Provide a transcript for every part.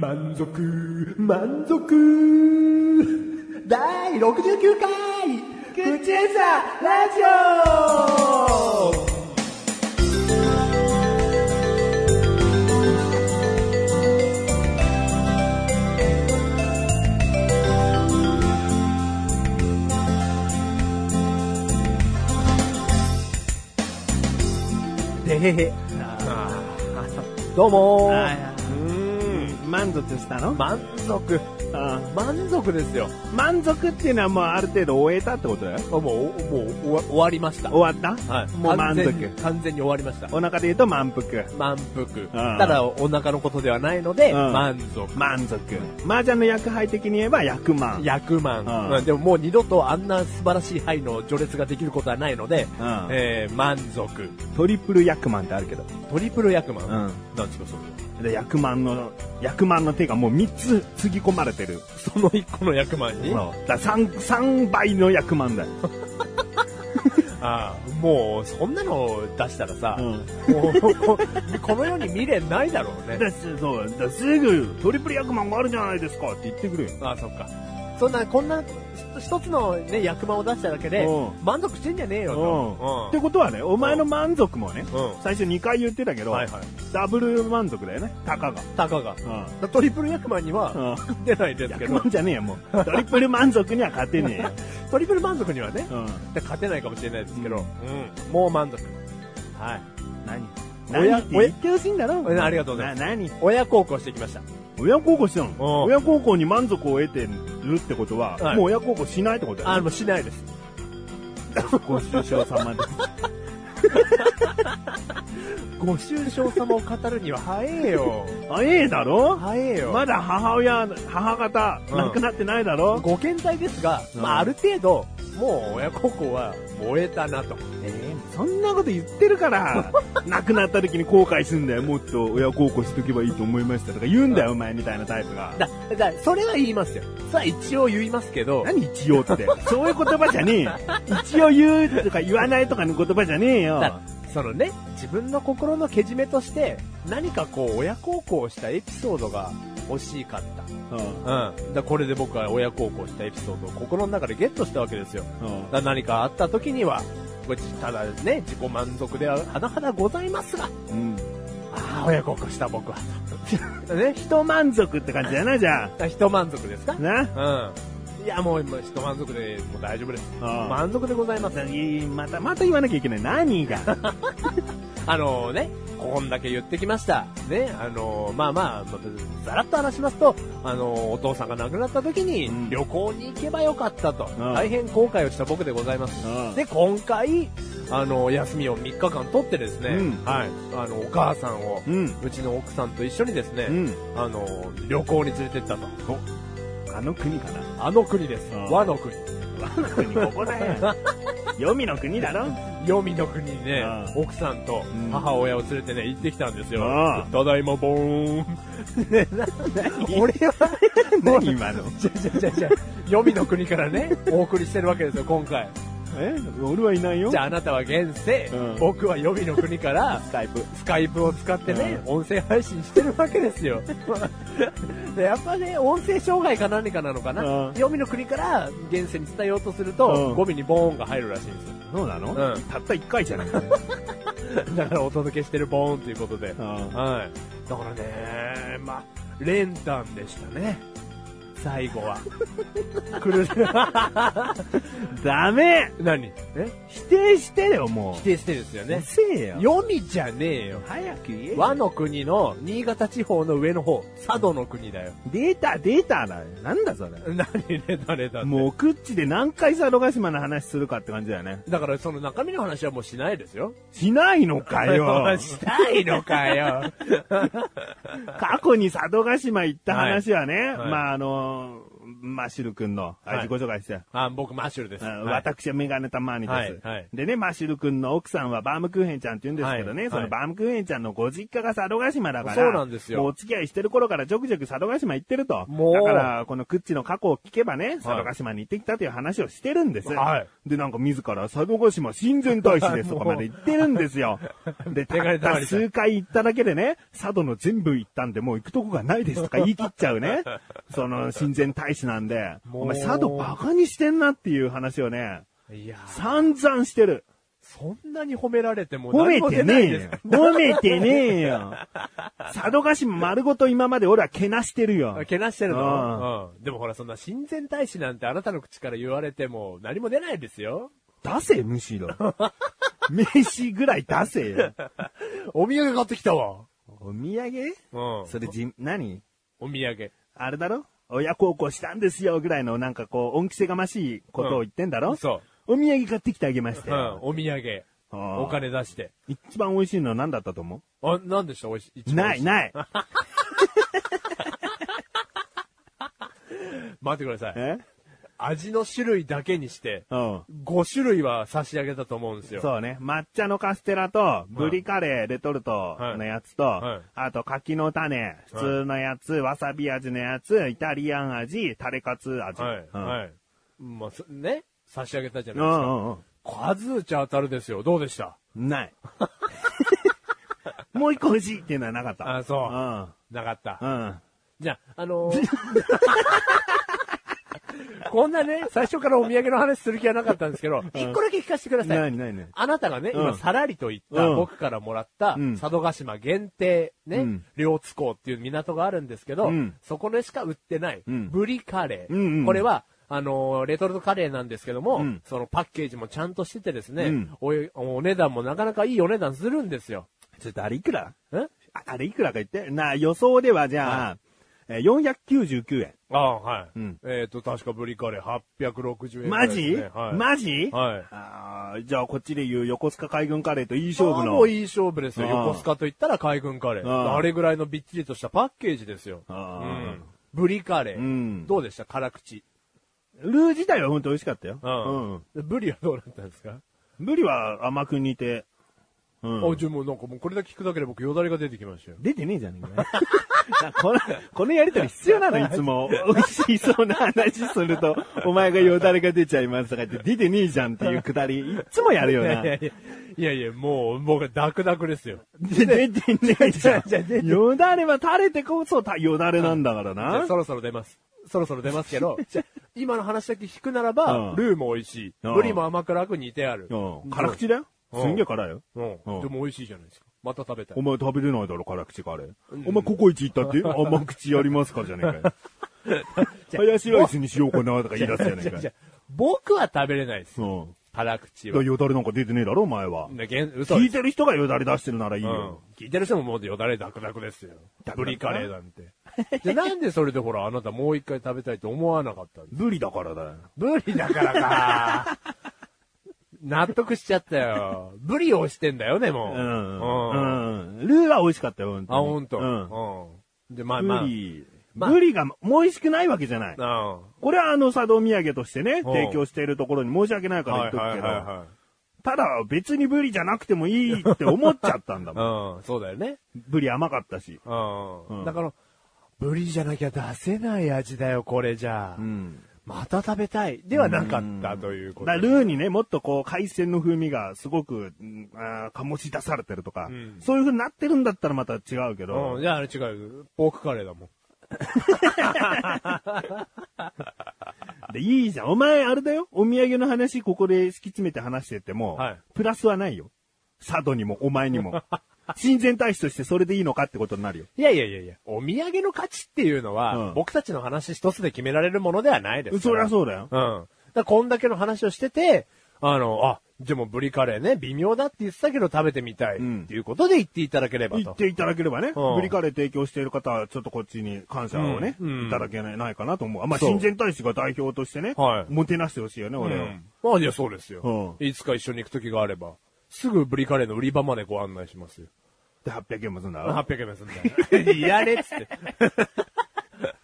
満足第69回口エサラジオ。 でへへ。どうもー。 満足したの？ 満足ですよ。 満足っていうのはもうある程度終えたってことだよ。 もう終わりました。 終わった？はい。もう満足。 完全に終わりました。 お腹で言うと満腹。 ただお腹のことではないので、満足。 麻雀の役杯的に言えば役満。 でももう二度とあんな素晴らしい牌の序列ができることはないので、満足。 トリプル役満ってあるけど。 トリプル役満？なんですかそれは。 で役満の手がもう3つつぎ込まれてる。 その1個の役満に？ だ3倍の役満だよ。 もうそんなの出したらさ、もうこの世に未練ないだろうね。 すぐトリプル役満があるじゃないですかって言ってくれよ。 そっか。こんな一つのね役満を出しただけで満足してんじゃねえよと。 ってことはね、お前の満足もね、最初2回言ってたけど、ダブル満足だよね。たかが。 トリプル役満には出ないですけど。 役満じゃねえよもう。トリプル満足には勝てねえよ。 トリプル満足にはね、勝てないかもしれないですけど、もう満足。はい。 何って言ってほしいんだろ。 ありがとうございます。 何？ 親孝行してきました。 親孝行したの？親孝行に満足を得てるってことは、もう親孝行しないってことだよね。 もうしないです。 ご愁傷様です。 ご愁傷様を語るには早えよ。 早えだろ？ 早えよ。 まだ母方、亡くなってないだろ？ ご健在ですが、ある程度、もう親孝行は終えたなと。 そんなこと言ってるから、亡くなった時に後悔すんだよ。もっと親孝行しとけばいいと思いましたとか言うんだよ、お前みたいなタイプが。 それは言いますよ。それは一応言いますけど。 何一応って。そういう言葉じゃねえよ。一応言うとか言わないとかの言葉じゃねえよ。 そのね、自分の心のけじめとして、何か親孝行したエピソードが欲しかった。これで僕は親孝行したエピソードを心の中でゲットしたわけですよ。何かあった時には、ただね、自己満足では甚だございますが、親孝行した僕はと。 ね、人満足って感じだよな、じゃあ。人満足ですか？ な？ いや、もう今、人満足でもう大丈夫です。満足でございます。 また言わなきゃいけない。何が？ こんだけ言ってきました。ね、ざらっと話しますと、お父さんが亡くなった時に、旅行に行けばよかったと、大変後悔をした僕でございます。で、今回、休みを3日間取ってですね、お母さんを、うちの奥さんと一緒にですね、旅行に連れてったと。 あの国かな？ あの国です。和の国。 和の国、ここだよ。黄泉の国だろ？ 黄泉の国にね、奥さんと母親を連れてね、行ってきたんですよ。ただいまボーン。俺は、 何今の？ 黄泉の国からね、お送りしてるわけですよ、今回。 俺はいないよ。 じゃああなたは現世、僕は予備の国からスカイプを使ってね、音声配信してるわけですよ。でやっぱね、音声障害か何かなのかな。予備の国から現世に伝えようとすると、語尾にボーンが入るらしいんですよ。 そうなの？たった1回じゃないか。 だからお届けしてるボーンということで。だからね、練炭でしたね。最後は。 ダメ！ 何？ 否定してよ、もう。 否定してですよね。 せえよ。 読みじゃねえよ。 早く言えよ。 和の国の新潟地方の上の方、佐渡の国だよ。 データだよ。なんだそれ。 何ね、誰だって。 もう、クッチで何回佐渡島の話するかって感じだよね。 だからその中身の話はもうしないですよ。 しないのかよ。 したいのかよ。 過去に佐渡島行った話はね、 マッシュル君の、 はい自己紹介して。 僕マッシュルです。 私はメガネたまーにです、 はいはい。 でね、マッシュル君の奥さんはバームクーヘンちゃんって言うんですけどね、 はいそのバームクーヘンちゃんのご実家が佐渡島だから、 そうなんですよ。 もうお付き合いしてる頃からちょくちょく佐渡島行ってると。 もうだから、このクッチの過去を聞けばね、佐渡島に行ってきたという話をしてるんです。 はい。 で、なんか自ら佐渡島親善大使ですとかまで言ってるんですよ。で、たった数回行っただけでね、佐渡の全部行ったんでもう行くとこがないですとか言い切っちゃうね。その親善大使なんで、お前佐渡バカにしてんなっていう話をね、 いや散々してる。 そんなに褒められても褒めてねえよ。褒めてねえよ。佐渡島丸ごと今まで俺はけなしてるよ。 けなしてるの、でもほらそんな親善大使なんてあなたの口から言われても何も出ないですよ。 出せ、むしろ。名刺ぐらい出せよ。 お土産買ってきたわ。 お土産それ何お土産。 あれだろ親孝行したんですよぐらいのなんかこう恩着せがましいことを言ってんだろ、 そう。 お土産買ってきてあげましたよ。 お土産。お金出して。 一番美味しいのは何だったと思う？何でした？美味しい。 ない。 待ってください。味の種類だけにして、5種類は差し上げたと思うんですよ。 そうね。抹茶のカステラと、ブリカレー、レトルトのやつと、あと柿の種、普通のやつ、わさび味のやつ、イタリアン味、タレカツ味。 まあ、ね、差し上げたじゃないですか。数打ち当たるですよ。どうでした？ ない。もう一個欲しいっていうのはなかった。 そう。なかった。じゃあ、こんなね、最初からお土産の話する気はなかったんですけど、一個だけ聞かせてください。 何あなたがね、今、さらりと言った僕からもらった、佐渡島限定、ね、両津港っていう港があるんですけど、そこでしか売ってない、ブリカレー。これは、レトルトカレーなんですけども、そのパッケージもちゃんとしててですね、お値段もなかなかいいお値段するんですよ。 ちょっとあれいくらあれいくらか言って。予想ではじゃあ、499円。 はい。確かブリカレー860円。 マジ？マジ？ はい。 じゃあこっちで言う横須賀海軍カレーといい勝負の。 もういい勝負ですよ。横須賀と言ったら海軍カレー。あれぐらいのびっちりとしたパッケージですよ。ブリカレー。どうでした？辛口。 ルー自体は本当美味しかったよ。 ブリはどうなったんですか？ ブリは甘く煮て。 じゃあもうなんかもうこれだけ聞くだけで僕よだれが出てきましたよ。 出てねえじゃねえかこのやりとり必要なのいつも。美味しそうな話すると、お前がよだれが出ちゃいますとか言って出てねえじゃんっていうくだり、いつもやるよな。 いや、もう僕ダクダクですよ。 出てねえじゃん。よだれは垂れてこそよだれなんだからな。 そろそろ出ます。けど、今の話だけ聞くならば、ルーも美味しい。ブリも甘辛く煮てある。 辛口だよ。すんげえ辛いよ。 でも美味しいじゃないですか。また食べたい。 お前食べれないだろ、辛口カレー。お前ココイチ行ったって甘口やりますかじゃねえかよ。ハヤシライスにしようかなとか言い出すじゃねえかよ。 僕は食べれないです。辛口は。 よだれなんか出てねえだろ、お前は。聞いてる人がよだれ出してるならいいよ。 聞いてる人ももうよだれダクダクですよ。ブリカレーなんて。で、なんでそれでほら、あなたもう一回食べたいと思わなかったんですか？ ブリだからだよ。 ブリだからか。納得しちゃったよ。ブリをしてんだよね、もう。 ルーは美味しかったよ、本当に。 ほんと。で、 ブリが美味しくないわけじゃない。これは佐渡土産としてね、提供しているところに申し訳ないから言っとくけど、ただ別にブリじゃなくてもいいって思っちゃったんだもん。 そうだよね。 ブリ甘かったし。 だから、ブリじゃなきゃ出せない味だよ、これじゃあ。また食べたい。ではなかったということ。 ルーにね、もっとこう、海鮮の風味がすごく、醸し出されてるとか、そういう風になってるんだったらまた違うけど。 いや、あれ違う。ポークカレーだもん。 で、いいじゃん。お前、あれだよ。お土産の話、ここで突き詰めて話してても、プラスはないよ。佐渡にも、お前にも。親善大使としてそれでいいのかってことになるよ。 いや。お土産の価値っていうのは、僕たちの話一つで決められるものではないですから。 そりゃそうだよ。 だこんだけの話をしてて、でもブリカレーね、微妙だって言ってたけど食べてみたい。っていうことで言っていただければと。 言っていただければね。ブリカレー提供している方は、ちょっとこっちに感謝をね、いただけないかなと思う。親善大使が代表としてね、もてなしてほしいよね、俺は。 いや、そうですよ。いつか一緒に行く時があれば。すぐブリカレーの売り場までご案内しますよ。 で、800円もすんだろ？ 800円もすんだよ。やれっつって。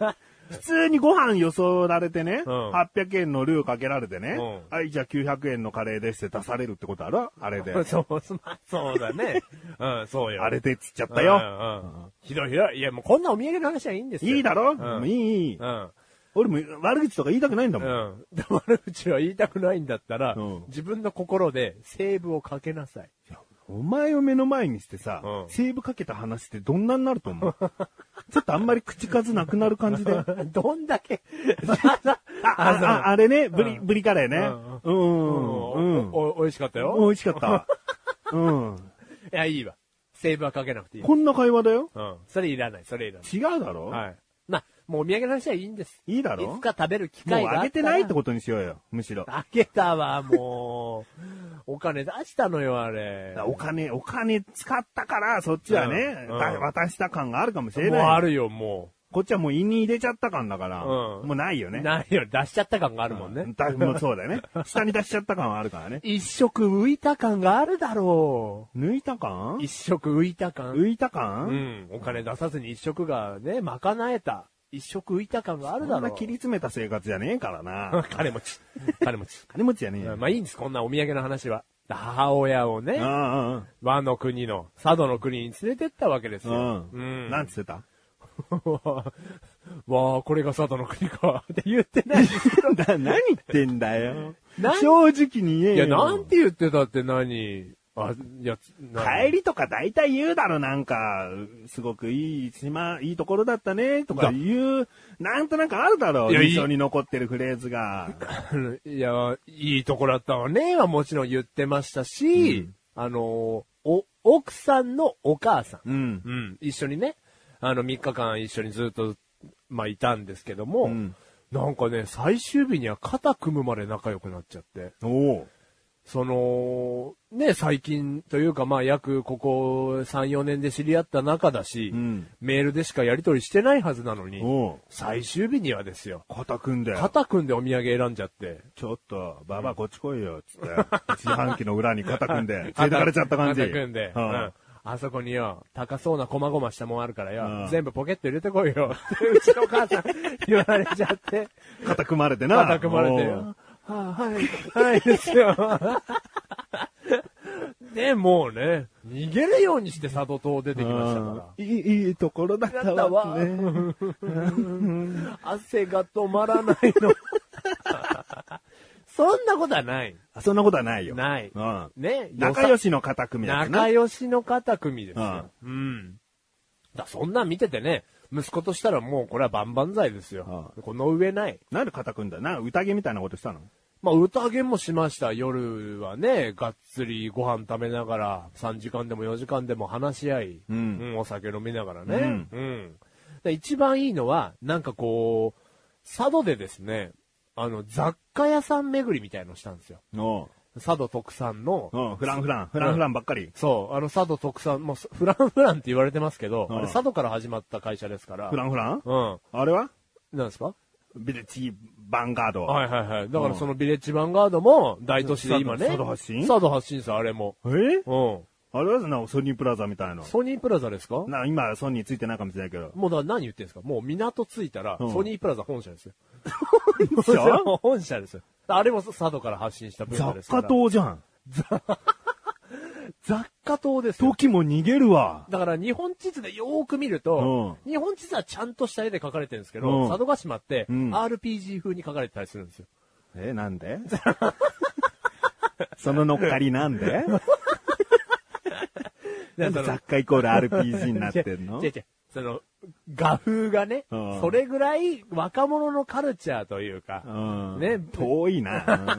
普通にご飯よそられてね、 うん 800円のルーかけられてね、 うんはい、じゃあ900円のカレーですって出されるってことあるあれで。 そうだね。うん、そうよ。 あれでっつっちゃったよ。 うん。ひどいひどい。いや、もうこんなお土産の話はいいんですよ。 いいだろ、 うんいい。 うん。 俺も悪口とか言いたくないんだもん。 うん。で悪口は言いたくないんだったら、 うん自分の心でセーブをかけなさい。 お前を目の前にしてさ、 うんセーブかけた話ってどんなになると思うちょっとあんまり口数なくなる感じで。 どんだけあれね、ブリカレーね。 美味しかったよ。 美味しかった。うん。 いや、いいわ。セーブはかけなくていい。 こんな会話だよ。 うん。それいらない、それいらない。 違うだろ、 はい。まあ、もうお土産の話はいいんです。 いいだろいつか食べる機もう会があったら。 あげてないってことにしようよ、むしろ。 あげたわ、もう。お金出したのよ、あれ。 お金使ったから、そっちはね、渡した感があるかもしれない。 もうあるよ、もこっちはもう胃に入れちゃった感だから、 うんもうないよう。 ね。 ないよ、出しちゃった感があるもんね。 もうそうだよね。下に出しちゃった感はあるからね。 一食浮いた感があるだろ抜いた感う。一食浮いた感。 浮いたう感ん。お金出さずに一食がね、賄えた。一食浮いた感があるだろう。 そんな切り詰めた生活じゃねえからな。 金持ち。金持ち。 金持ちじゃねえよ。 まあいいんです、こんなお土産の話は。母親をね、 うん和の国の、佐渡の国に連れてったわけですよ。 うん。なんつってたわあ、これが佐渡の国か。って言ってない。 何言ってんだよ。 なん正直に言えよ。 いや、なんて言ってたって何あ、いや、 帰りとか大体言うだろ、なんか、すごくいい島、いいところだったね、とか言う、なんとなくあるだろ、 いや印象に残ってるフレーズが。 いや、いいとこだったわね、はもちろん言ってましたし、奥さんのお母さん。 うん。 うん。一緒にね、3日間一緒にずっと、まあ、いたんですけども、 うんなんかね、最終日には肩組むまで仲良くなっちゃって。 おう。 ね、最近というか、まあ、約ここ3、4年で知り合った仲だし、 うんメールでしかやり取りしてないはずなのに、 おう。 最終日にはですよ、 肩組んで。 肩組んでお土産選んじゃって。 ちょっと、ばばこっち来いよ、つって。自販機の裏に肩組んで、連れてかれちゃった感じ。 肩組んで、 うんあそこによ、高そうな細々したもんあるからよ、 うん全部ポケット入れてこいよ、ってうちの母さん言われちゃって、 肩組まれてな。 肩組まれてよ。はいですよ。で、もうね、逃げるようにして佐渡島出てきましたから。 いいところだったわ。ね、 汗が止まらないの。そんなことはない。 そんなことはないよ。 ない。 うん。 ね。 仲良しの肩組みだ仲良しの肩組みですよ。うん。そんなん見ててね、息子としたらもうこれは万々歳ですよ。この上ない。 なんで肩組んだ宴みたいなことしたのまあ、宴もしました。夜はね、がっつりご飯食べながら、3時間でも4時間でも話し合い、お酒飲みながらね。で一番いいのは、なんかこう、佐渡でですね、雑貨屋さん巡りみたいのしたんですよ。佐渡特産の、 フランばっかり。 そう、佐渡特産、もうフランって言われてますけど、あれ佐渡から始まった会社ですから。 フランうん。 あれは何ですかビレッジヴァンガード。 はいはいはい。だからそのビレッジヴァンガードも大都市で今ね。 佐渡発信佐渡発信さ、あれも。うん。 あれはソニープラザみたいな。 ソニープラザですか今ソニーついてないかもしれないけど。 もうだから何言ってんですかもう港ついたら、ソニープラザ本社ですよ。本社ですよ。あれも佐渡から発信した文化ですから。 雑貨島じゃん。 雑貨島ですよ。 時も逃げるわ。 だから日本地図でよーく見ると、日本地図はちゃんとした絵で描かれてるんですけど、佐渡島って RPG 風に描かれてたりするんですよ。 なんでその乗っかりなんでなんで雑貨イコール RPG になってんの？ 違う。画風がね、それぐらい若者のカルチャーというか、ね、 遠いな。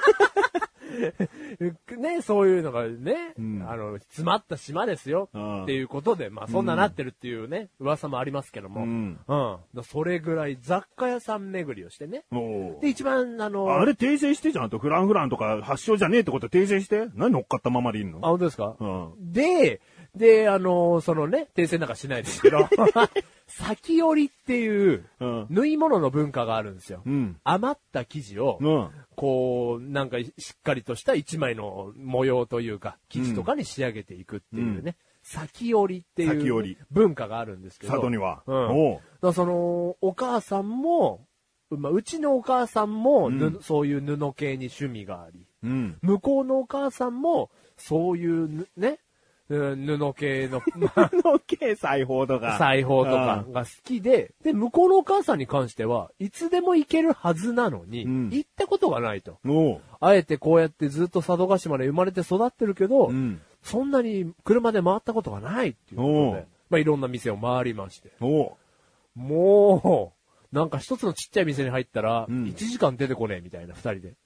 ね、そういうのがね、詰まった島ですよ、っていうことで、まあそんななってるっていうね、噂もありますけども、それぐらい雑貨屋さん巡りをしてね。で、一番あれ訂正してじゃんと、フランとか発祥じゃねえってこと訂正して。何乗っかったままでいんの？ 本当ですか？で、そのね、訂正なんかしないですけど、先折りっていう、縫い物の文化があるんですよ。余った生地を、こう、なんかしっかりとした一枚の模様というか、生地とかに仕上げていくっていうね、 先折りっていう文化があるんですけど。 佐渡には。 うん。だからその、お母さんも、まあ、うちのお母さんも、そういう布系に趣味があり、向こうのお母さんも、そういうね、布系の、 布系裁縫とか。 裁縫とかが好きで、で、向こうのお母さんに関しては、いつでも行けるはずなのに、行ったことがないと。あえてこうやってずっと佐渡島で生まれて育ってるけど、そんなに車で回ったことがないっていうことで、まあいろんな店を回りまして。もう、なんか一つのちっちゃい店に入ったら、1時間出てこねえみたいな、2人で。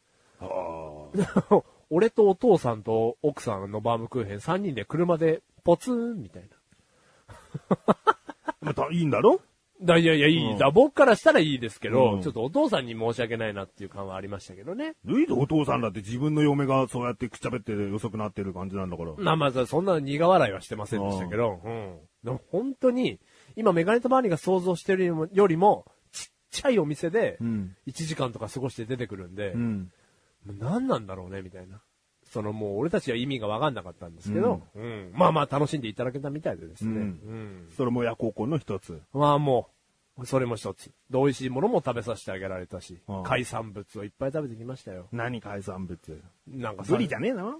俺とお父さんと奥さんのバームクーヘン3人で車でポツンみたいな。 またいいんだろ？ いやいい。僕からしたらいいですけど、ちょっとお父さんに申し訳ないなっていう感はありましたけどね。 いいぞ、お父さんだって自分の嫁がそうやってくっちゃべって遅くなってる感じなんだから。 まあ、そんな苦笑いはしてませんでしたけど、でも本当に、今メガネと周りが想像してるよりも、ちっちゃいお店で、1時間とか過ごして出てくるんで、何なんだろうね、みたいな。もう俺たちは意味がわかんなかったんですけど、まあ楽しんでいただけたみたいでですね。 それも親孝行の一つ。 まあもう、それも一つ。美味しいものも食べさせてあげられたし、海産物をいっぱい食べてきましたよ。 何海産物？ なんかブリじゃねえの？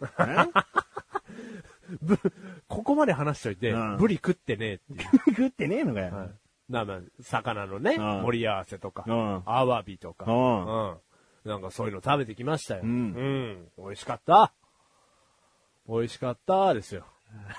ここまで話しといて、ブリ食ってねえっていう。 食ってねえのかよ。 魚のね、盛り合わせとか、アワビとか、なんかそういうの食べてきましたよ。美味しかった。美味しかったですよ。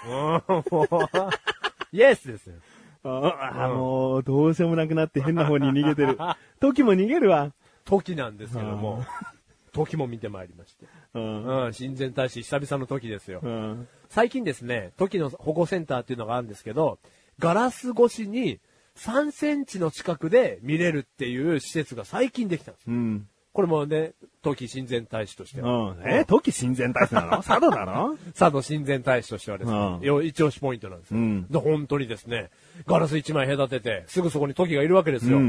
イエスですよ。 もう、どうしようもなくなって変な方に逃げてる。時も逃げるわ。 時なんですけども、時も見てまいりまして。親善大使久々の時ですよ。最近ですね、時の保護センターっていうのがあるんですけど、ガラス越しに3センチの近くで見れるっていう施設が最近できたんですよ。これもね、時親善大使としては。 時親善大使なの？佐渡なの？ 佐渡親善大使としてはですね、一押しポイントなんですよ。で、本当にですね、ガラス1枚隔てて、すぐそこに時がいるわけですよ。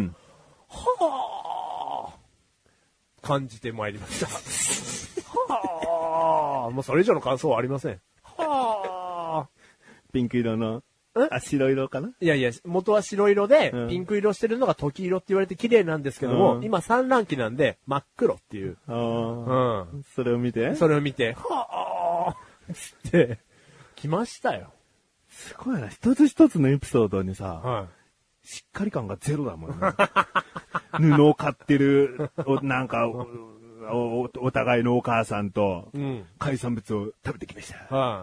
はぁ、感じてまいりました。はぁ、もうそれ以上の感想はありません。はぁ。ピンク色の。白色かな？ いやいや、元は白色で、ピンク色してるのが時色って言われて綺麗なんですけども、今産卵期なんで真っ黒っていう。 それを見て、 はぁつって、来ましたよ。 すごいな。一つ一つのエピソードにさ、しっかり感がゼロだもんね。布を買ってる、なんか、お互いのお母さんと、海産物を食べてきました。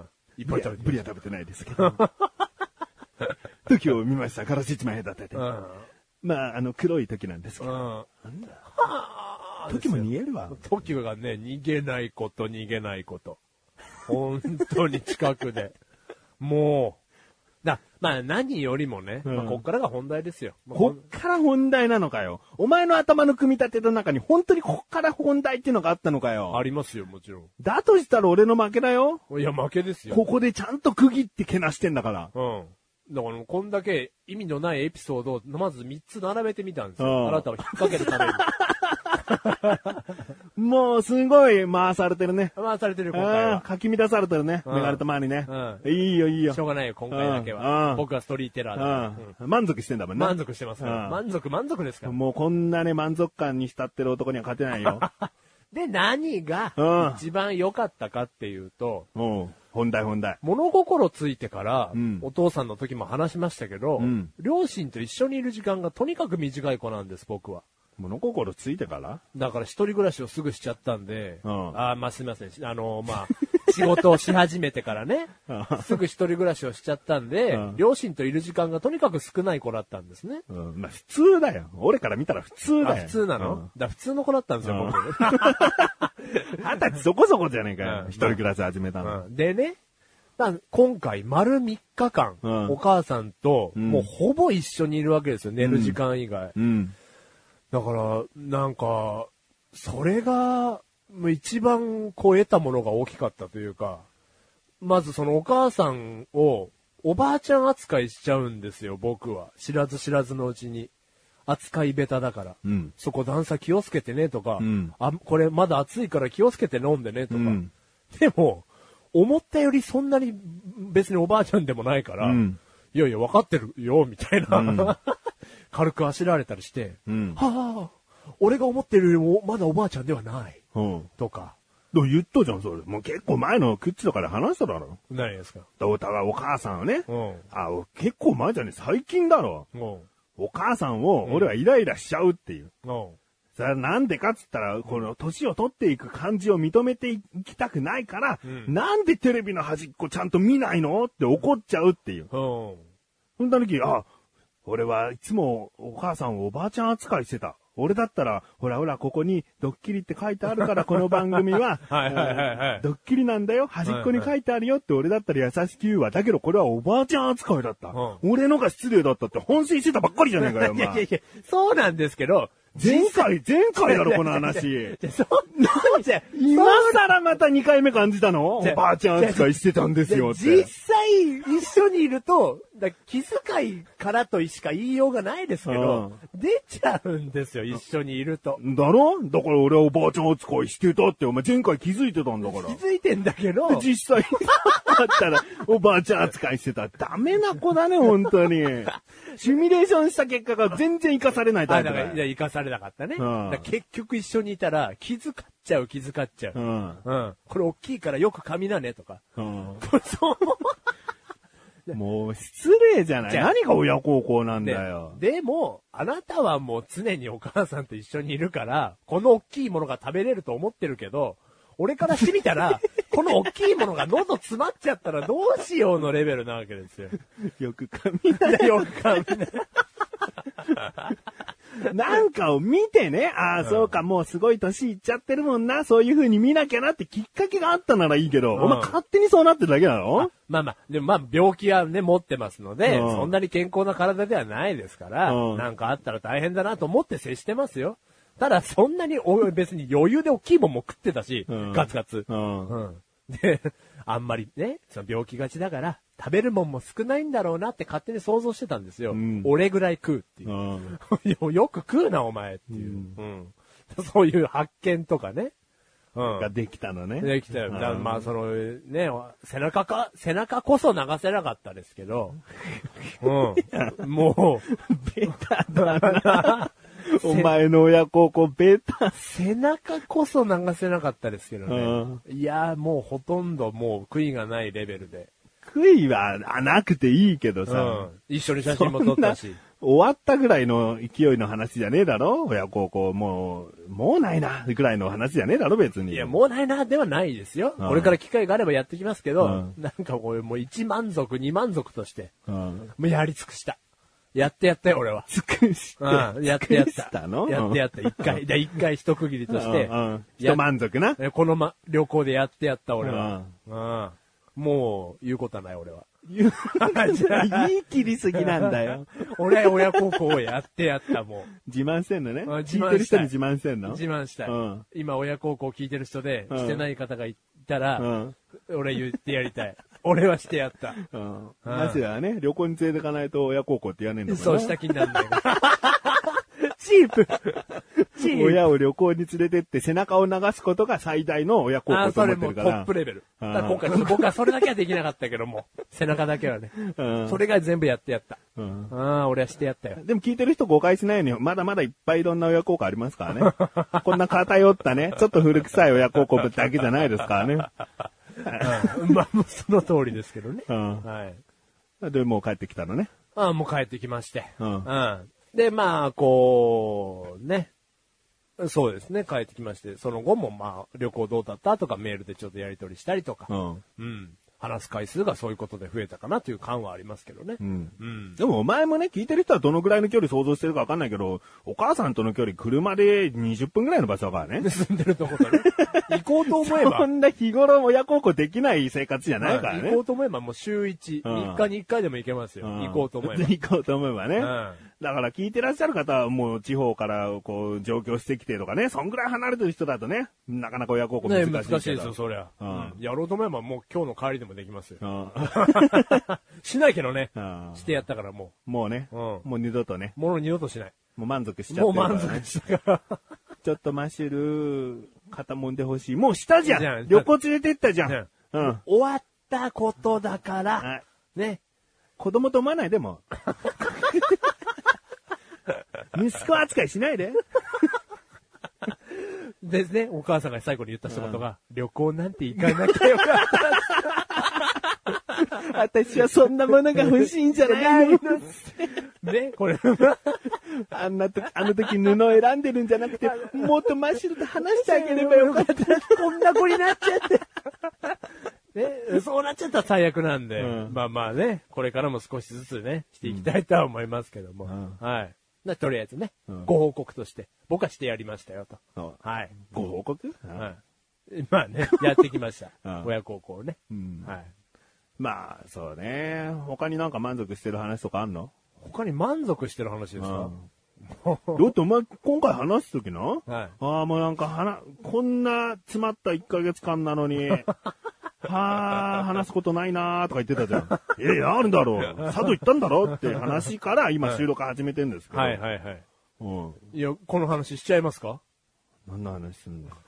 いっぱい食べてブリは食べてないですけど。時を見ました。ガラス一枚隔てて。まあ、黒い時なんですけど。なんだ。時も逃げるわ。 時がね、逃げないこと。本当に近くで。もう。まあ何よりもね、こっからが本題ですよ。 こっから本題なのかよ。お前の頭の組み立ての中に本当にこっから本題っていうのがあったのかよ。 ありますよ、もちろん。 だとしたら俺の負けだよ。 いや、負けですよ。 ここでちゃんと区切ってけなしてんだから。 だからこんだけ意味のないエピソードをまず3つ並べてみたんですよ。あなたを引っ掛けるために。 もうすごい回されてるね。 回されてる今回は。 かき乱されてるね。メガネと周りね。いいよ。 しょうがないよ、今回だけは。僕はストーリーテラーだ。満足してんだもんね。 満足してますから。満足ですから。 もうこんなね、満足感に浸ってる男には勝てないよ。 で、何が一番良かったかっていうと、 本題。 物心ついてから、お父さんの時も話しましたけど、両親と一緒にいる時間がとにかく短い子なんです、僕は。 物心ついてから？ だから一人暮らしをすぐしちゃったんで、まあすみません。仕事をし始めてからね、すぐ一人暮らしをしちゃったんで、両親といる時間がとにかく少ない子だったんですね。 まあ普通だよ。俺から見たら普通だよ。 普通なの？普通の子だったんですよ、僕。 20歳そこそこじゃねえかよ。一人暮らし始めたの。 でね、今回丸3日間、お母さんともうほぼ一緒にいるわけですよ、寝る時間以外。だから、なんか、それが、一番得たものが大きかったというか、まずそのお母さんをおばあちゃん扱いしちゃうんですよ、僕は。知らず知らずのうちに。扱い下手だから。そこ段差気をつけてねとか、これまだ暑いから気をつけて飲んでねとか。でも、 思ったよりそんなに別におばあちゃんでもないから、いやいや分かってるよ、みたいな。軽くあしらわれたりして、はぁ、俺が思ってるよりもまだおばあちゃんではない。とか。 でも言ったじゃん、それ。もう結構前のクッチとかで話しただろ。 何ですか？ お互いお母さんをね。結構前じゃね、最近だろ。お母さんを俺はイライラしちゃうっていう。それはなんでかっつったら、この年を取っていく感じを認めていきたくないから、なんでテレビの端っこちゃんと見ないのって怒っちゃうっていう。そんな時、俺はいつもお母さんをおばあちゃん扱いしてた。俺だったら、ほら、ここにドッキリって書いてあるから、この番組は、ドッキリなんだよ、端っこに書いてあるよって俺だったら優しく言うわ。だけどこれはおばあちゃん扱いだった。俺のが失礼だったって本心してたばっかりじゃねえかよ、お前。 いや、そうなんですけど、 前回だろ、この話。今更また2回目感じたの？おばあちゃん扱いしてたんですよって。 実際一緒にいると、気遣いからとしか言いようがないですけど、出ちゃうんですよ、一緒にいると。 だろ？だから俺はおばあちゃん扱いしてたって、お前前回気づいてたんだから。 気づいてんだけど。 実際だったら、おばあちゃん扱いしてた。ダメな子だね、本当に。シミュレーションした結果が全然活かされないタイプだ。 いや、活かされなかったね。結局一緒にいたら、気遣っちゃう。これ大きいからよく噛みなね、とか。 もう失礼じゃない。何が親孝行なんだよ。 でも、あなたはもう常にお母さんと一緒にいるから、この大きいものが食べれると思ってるけど、俺からしてみたら、この大きいものが喉詰まっちゃったらどうしようのレベルなわけですよ。 よく噛みなね。 よく噛みなね。 なんかを見てね、そうか、もうすごい年いっちゃってるもんな、そういう風に見なきゃなってきっかけがあったならいいけど、お前勝手にそうなってるだけなの？ でも病気はね、持ってますので、そんなに健康な体ではないですから、なんかあったら大変だなと思って接してますよ。ただ、そんなに別に余裕で大きいもんも食ってたし、ガツガツ。で、あんまりね、その病気がちだから、食べるもんも少ないんだろうなって勝手に想像してたんですよ。俺ぐらい食うっていう。よく食うな、お前っていう。そういう発見とかね。 ができたのね。 できたよ。そのね、背中こそ流せなかったですけど、もう、 ベタだな。お前の親孝行ベタ。 背中こそ流せなかったですけどね。いや、もうほとんどもう悔いがないレベルで。 悔いはなくていいけどさ。 一緒に写真も撮ったし。 終わったぐらいの勢いの話じゃねえだろ？親孝行、もうないな、ぐらいの話じゃねえだろ、別に。 いや、もうないな、ではないですよ。これから機会があればやってきますけど、なんかこう、もう一満足、二満足として、もうやり尽くした。やってやったよ、俺は。 尽くして。 やってやった。 やってやった、一回。一回一区切りとして。 一満足な。 この旅行でやってやった、俺は。もう、言うことはない、俺は。 言い切りすぎなんだよ。 俺は親孝行をやってやった、もう。 自慢してんのね。聞いてる人に自慢してんの？ 自慢したい。今、親孝行聞いてる人で、してない方がいたら、俺言ってやりたい。俺はしてやった。 まずはね、旅行に連れてかないと親孝行って言わねえんだもんね。 そうした気になるんだよ。チープ。 親を旅行に連れてって背中を流すことが最大の親孝行と思ってるから。 それもトップレベル。今回僕はそれだけはできなかったけども、背中だけはね。それが全部やってやった。俺はしてやったよ。 でも聞いてる人誤解しないように、まだまだいっぱいいろんな親孝行ありますからね。こんな偏ったね、ちょっと古臭い親孝行だけじゃないですからね。 その通りですけどね。 で、もう帰ってきたのね。 もう帰ってきまして。で、こう、ね。そうですね、帰ってきまして、その後も旅行どうだったとかメールでちょっとやり取りしたりとか、話す回数がそういうことで増えたかなという感はありますけどね。 でもお前もね、聞いてる人はどのぐらいの距離想像してるかわかんないけど、お母さんとの距離車で20分ぐらいの場所だからね。 住んでるとこだね。行こうと思えば。 そんな日頃親孝行できない生活じゃないからね。 行こうと思えばもう週1、3日に1回でも行けますよ。行こうと思えば。 行こうと思えばね。だから聞いてらっしゃる方はもう地方からこう上京してきてとかね、そんぐらい離れてる人だとね、なかなか親孝行難しいけど。 難しいですよ、そりゃ。やろうと思えばもう今日の帰りでもできますよ。しないけどね。してやったからもう。もうね。もう二度とね。 もう二度としない。 もう満足しちゃってるからね。 もう満足したから。 ちょっとマッシュル、肩もんでほしい。もうしたじゃん。旅行連れてったじゃん。 終わったことだから、 はい、 ね。 子供と思わないでも。息子扱いしないで。 ですね。お母さんが最後に言った一言が、旅行なんて行かなきゃよかった。 私はそんなものが欲しいんじゃないの。 ね、これ。 あの時布選んでるんじゃなくて、もっと真っ白と話してあげればよかった。 こんな子になっちゃって。ね、そうなっちゃったら最悪なんで、まあまあね、これからも少しずつね、していきたいとは思いますけども。はい。とりあえずね、ご報告として、僕はしてやりましたよと。はい。 ご報告？ はい。まあね、やってきました。親孝行ね。はい。 まあ、そうね。他になんか満足してる話とかあんの？ 他に満足してる話ですか？ だってお前、今回話すときな、 はい。 ああ、もうなんかこんな詰まった1ヶ月間なのに、話すことないなーとか言ってたじゃん。あるんだろう。佐渡行ったんだろうって話から今収録始めてんですけど。 はいはいはい。いや、この話しちゃいますか？ 何の話すんだ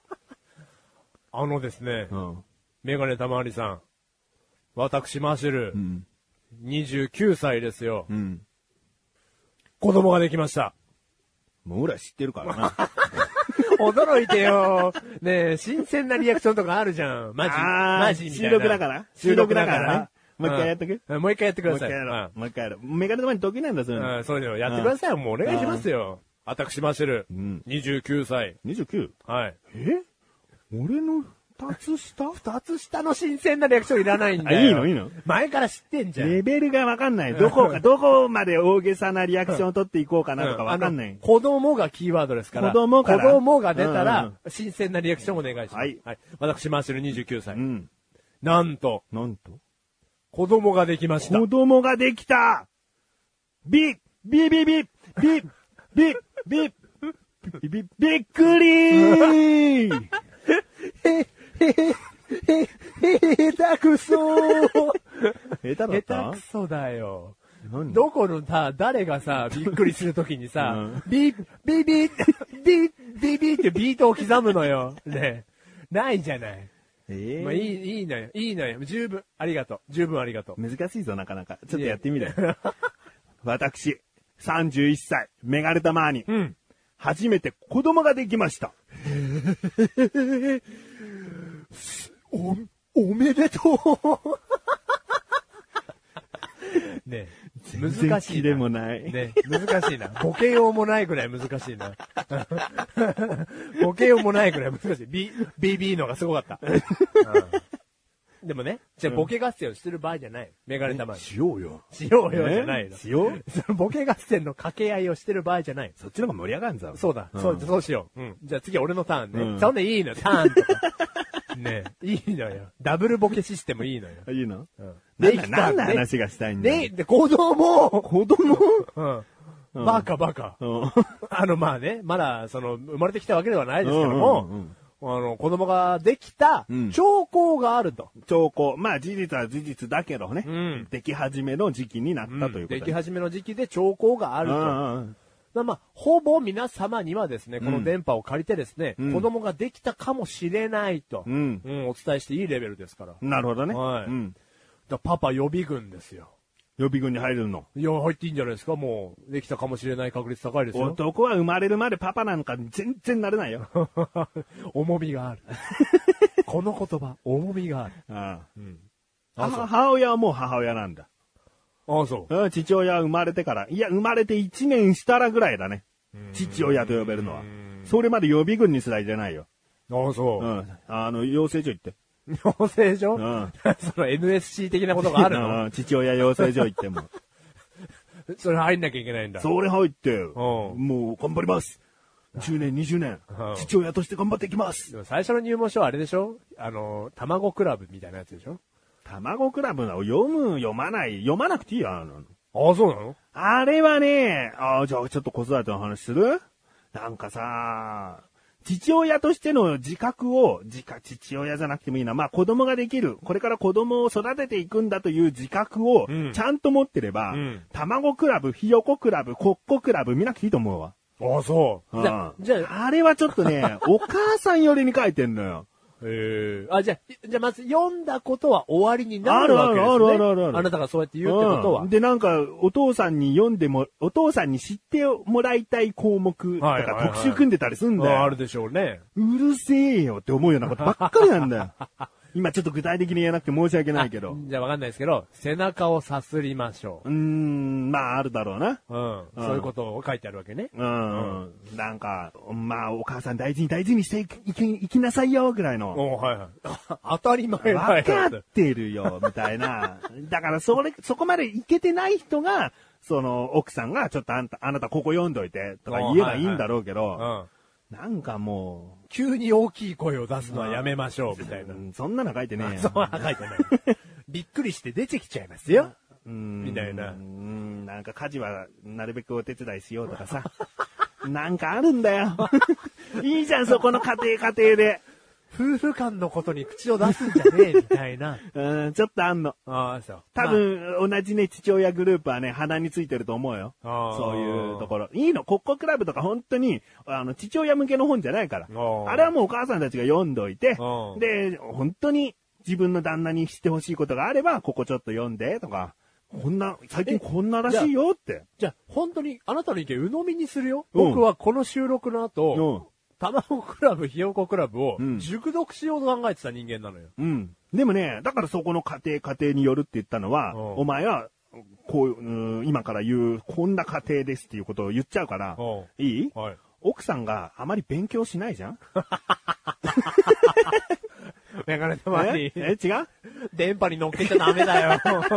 ですね、メガネたまわりさん。私、マシュル、29歳ですよ。子供ができました。 もう俺は知ってるからな。 驚いてよ。ねえ、新鮮なリアクションとかあるじゃん。マジみたいな。 収録だから収録だからね。もう一回やっとく？ もう一回やってください。 もう一回やろう。メガネ玉に解けないんだ、そういうの。 そういうのやってください。もうお願いしますよ。私、マシュル。29歳。 29？ はい。 俺の二つ下の新鮮なリアクションいらないんだよ。 いいの前から知ってんじゃん。 レベルがわかんない。どこまで大げさなリアクションを取っていこうかなとかわかんない。 子供がキーワードですから。子供が出たら、新鮮なリアクションお願いします。はい。私、マーシュル29歳。なんと。子供ができました。 子供ができたびっくりー下手くそ下手だった？ 下手くそだよ。どこの誰がさ、びっくりするときにさ、ビビってビートを刻むのよ。ね。ないじゃない。まあいいのよ。いいのよ。十分ありがとう。 難しいぞ、なかなか。ちょっとやってみる。私、31歳、メガネたまーに。初めて子供ができました。 おめでとうねえ、難しいな。 でもない。 ねえ、難しいな。ボケようもないぐらい難しいな。ボケようもないぐらい難しい。BB のがすごかった。でもね、じゃあボケ合戦をしてる場合じゃない。メガネたまに。 しようよじゃないの。 しようそのボケ合戦の掛け合いをしてる場合じゃない。 そっちの方が盛り上がるんだ。 そうだ。そうしよう。じゃあ次俺のターンね。そんでいいの、ターンとか。ねいいのよ。ダブルボケシステムいいのよ。 いいの？何の話がしたいんだよ。 で、子供バカ。まあね、まだ、生まれてきたわけではないですけども、子供ができた兆候があると。 兆候。まあ事実は事実だけどね。でき始めの時期になったということでき始めの時期で兆候があると。まあ、ほぼ皆様にはですね、この電波を借りてですね、子供ができたかもしれないと、お伝えしていいレベルですから。 なるほどね。 はい。パパ予備軍ですよ。 予備軍に入るの？ いや、入っていいんじゃないですか。もう、できたかもしれない確率高いですよ。 男は生まれるまでパパなんか全然なれないよ。 重みがある。この言葉、重みがある。 母親はもう母親なんだ。 ああ、そう。 父親は生まれてから。いや、生まれて1年したらぐらいだね。父親と呼べるのは。それまで予備軍にすらいじゃないよ。 ああ、そう。 養成所行って。 養成所？その NSC 的なことがあるの？ 父親養成所行っても。 それ入んなきゃいけないんだ。 それ入って、もう頑張ります。10年、20年、父親として頑張っていきます。 でも最初の入門書はあれでしょ？卵クラブみたいなやつでしょ？ 卵クラブを読まなくていいよ。ああ、そうなの？ あれはね、じゃあちょっと子育ての話する？なんかさ、父親としての自覚を、父親じゃなくてもいいな。まあ子供ができる。これから子供を育てていくんだという自覚をちゃんと持ってれば、卵クラブ、ひよこクラブ、コッコクラブ見なくていいと思うわ。 ああ、そう。 じゃあ、あれはちょっとね、お母さん寄りに書いてんのよ。 じゃあまず読んだことは終わりになるわけですね。 ある。 あなたがそうやって言うってことは。 で、なんか、お父さんにお父さんに知ってもらいたい項目とか特集組んでたりすんだよ。 あるでしょうね。 うるせえよって思うようなことばっかりなんだよ。今ちょっと具体的に言えなくて申し訳ないけど。 じゃあわかんないですけど、背中をさすりましょう。 まああるだろうな。 そういうことを書いてあるわけね。 なんか、まあお母さん大事にしていきなさいよ、ぐらいの。 はいはい。当たり前だよ。 わかってるよ、みたいな。だからそこまでいけてない人が、その奥さんがちょっとあなたここ読んどいて、とか言えばいいんだろうけど、なんかもう、 急に大きい声を出すのはやめましょう、みたいな。 そんなの書いてねえよ。 そうは書いてない。びっくりして出てきちゃいますよ。みたいな。 なんか家事はなるべくお手伝いしようとかさ。なんかあるんだよ。いいじゃん、そこの家庭で。 夫婦間のことに口を出すんじゃねえ、みたいな。 ちょっとあんの。 そう。 多分、同じね、父親グループはね、鼻についてると思うよ。そういうところ。いいの、コッコクラブとか本当に、父親向けの本じゃないから。あれはもうお母さんたちが読んどいて、で、本当に自分の旦那にしてほしいことがあれば、ここちょっと読んで、とか、最近こんならしいよって。 じゃあ、本当に、あなたの意見鵜呑みにするよ。僕はこの収録の後、卵クラブ、ひよこクラブを熟読しようと考えてた人間なのよ。 でもね、だからそこの家庭によるって言ったのは、お前は、こう、今から言う、こんな家庭ですっていうことを言っちゃうから、いい？はい。奥さんがあまり勉強しないじゃんメガネたまに。 違う？ 電波に乗っけちゃダメだよ。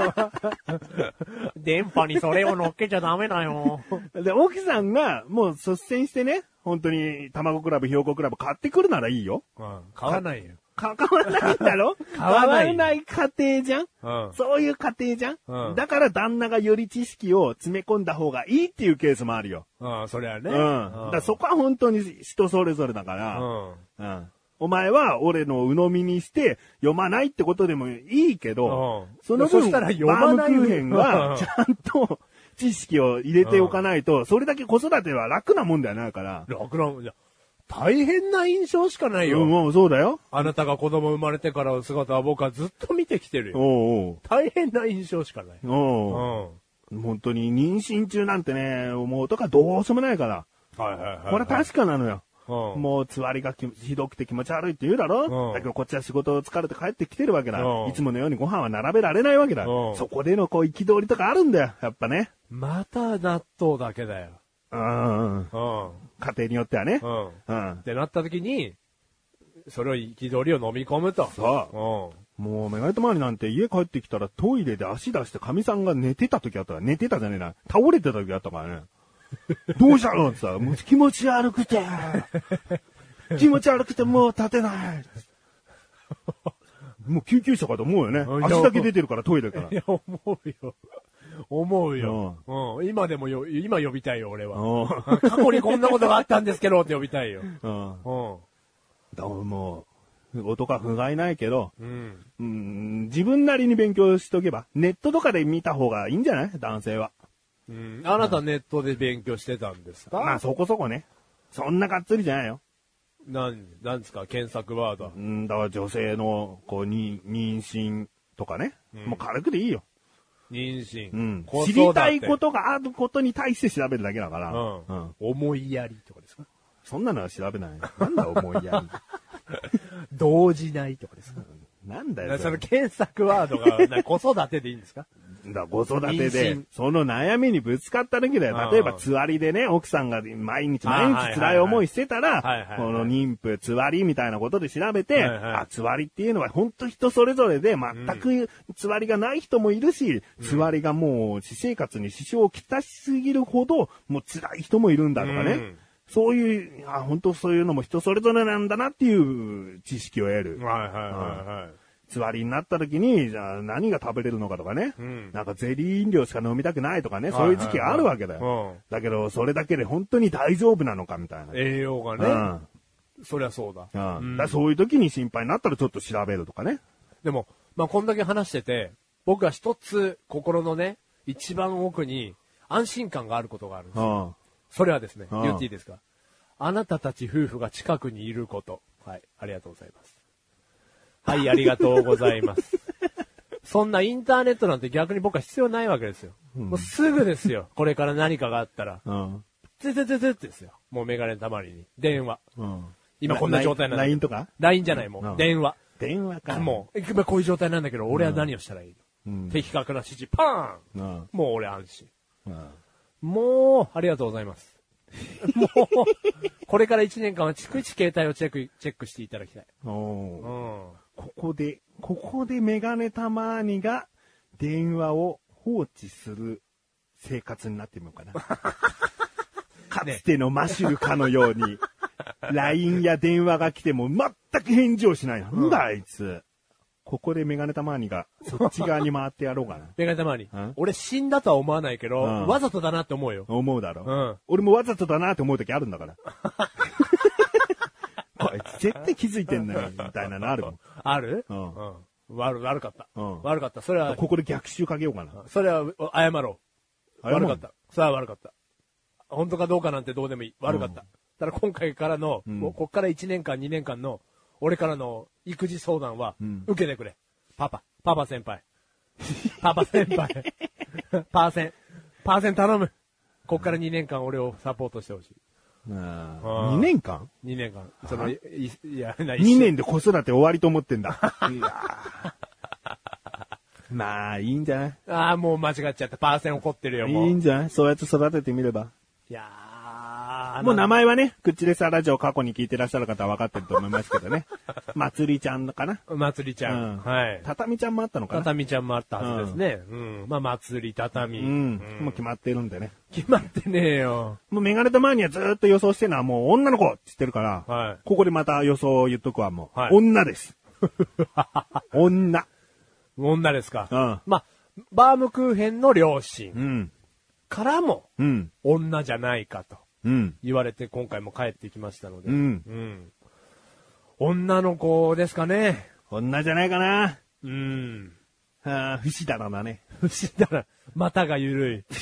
電波にそれを乗っけちゃダメだよ。 で、奥さんがもう率先してね、本当に卵クラブ、ひよこクラブ買ってくるならいいよ。 買わないよ。 買わないんだろ買わない家庭じゃん、そういう家庭じゃん、だから旦那がより知識を詰め込んだ方がいいっていうケースもあるよ。 それはね。 だからそこは本当に人それぞれだから、お前は俺の鵜呑みにして読まないってことでもいいけど、その分、バームクーヘンはちゃんと知識を入れておかないと、それだけ子育ては楽なもんだよな、から。 楽なもんじゃ。大変な印象しかないよ。 もうそうだよ。 あなたが子供生まれてからの姿は僕はずっと見てきてるよ。大変な印象しかない。 本当に妊娠中なんてね、思うとかどうしようもないから。これは確かなのよ。もうつわりがひどくて気持ち悪いって言うだろ、だけどこっちは仕事疲れて帰ってきてるわけだ。いつものようにご飯は並べられないわけだ。そこでのこう憤りとかあるんだよ、やっぱね。 また納豆だけだよ。 家庭によってはね。 ってなった時に、それを憤りを飲み込むと。 そう。もうメガネと周りなんて家帰ってきたらトイレで足出して神さんが寝てた時あったら、寝てたじゃねえな。倒れてた時あったからね。どうしたのってさ、もう気持ち悪くて、もう立てない。もう救急車かと思うよね。足だけ出てるからトイレから。 いや、思うよ。今呼びたいよ、俺は。過去にこんなことがあったんですけどって呼びたいよ。 だからもう、男は不甲斐ないけど、自分なりに勉強しとけば、ネットとかで見た方がいいんじゃない？男性は。 あなたネットで勉強してたんですか？ まあそこそこね。そんながっつりじゃないよ。 なんですか検索ワード。 だから女性の、こう、妊娠とかね。もう軽くでいいよ。 妊娠。 知りたいことがあることに対して調べるだけだから。 思いやりとかですか？ そんなのは調べない。なんだ思いやり。 動じないとかですか？ なんだよ。 その検索ワードが子育てでいいんですか？ 子育てで、その悩みにぶつかった時だよ。例えば、つわりでね、奥さんが毎日辛い思いしてたら、この妊婦、つわりみたいなことで調べて、つわりっていうのは本当人それぞれで、全くつわりがない人もいるし、つわりがもう私生活に支障をきたしすぎるほど、もう辛い人もいるんだとかね。そういう、本当そういうのも人それぞれなんだなっていう知識を得る。つわりになった時に、じゃあ何が食べれるのかとかね。なんかゼリー飲料しか飲みたくないとかね。そういう時期があるわけだよ。だけど、それだけで本当に大丈夫なのかみたいな。 栄養がね。そりゃそうだ。 だそういう時に心配になったらちょっと調べるとかね。 でも、まあ、こんだけ話してて、僕は一つ心のね、一番奥に安心感があることがあるんですよ。それはですね、言っていいですか？あなたたち夫婦が近くにいること。はい、ありがとうございます。 はい、ありがとうございます。そんなインターネットなんて逆に僕は必要ないわけですよ。もうすぐですよ。これから何かがあったら。つですよ。もうメガネたまりに。電話。今こんな状態なんだけど。 LINE とか ?LINE じゃない、もう。電話。 電話か。 もう、今こういう状態なんだけど、俺は何をしたらいいの？的確な指示、パーンもう俺安心。もう、ありがとうございます。もう、これから1年間は逐一携帯をチェックしていただきたい。 ここでメガネたまーにが電話を放置する生活になってみようかな。かつてのマシュルかのように、LINE や電話が来ても全く返事をしない。なんだあいつ。ここでメガネたまーにがそっち側に回ってやろうかな。 メガネたまーに。俺死んだとは思わないけど、わざとだなって思うよ。 思うだろ。俺もわざとだなって思う時あるんだから。こいつ絶対気づいてんのよ、みたいなのあるもん。 ある？悪かった。悪かった。それは。 ここで逆襲かけようかな。 それは、謝ろう。悪かった。それは悪かった。本当かどうかなんてどうでもいい。悪かった。ただ今回からの、こっから1年間、2年間の、俺からの育児相談は、受けてくれ。パパ先輩。パーセン頼む。こっから2年間俺をサポートしてほしい。 2年間 ?2 年間。 2年で子育て終わりと思ってんだ。まあ、いいんじゃない？ もう間違っちゃった。パーセン怒ってるよ、もう。 いいんじゃない？そうやって育ててみれば。 いやもう名前はね、クッチレスラジオ過去に聞いてらっしゃる方は分かってると思いますけどね。まつりちゃんかな？ まつりちゃん。はい。 たたみちゃんもあったのかな？ たたみちゃんもあったはずですね。まあ、まつり、たたみ。 もう決まってるんでね。 決まってねえよ。 もうメガネたまーにはずーっと予想してるのはもう女の子って言ってるから、ここでまた予想を言っとくわ、もう。女です。女ですか。まあ、バームクーヘンの両親。からも、女じゃないかと。言われて今回も帰ってきましたので。女の子ですかね。 女じゃないかな。不死だらだね。 不死だら、股が緩い。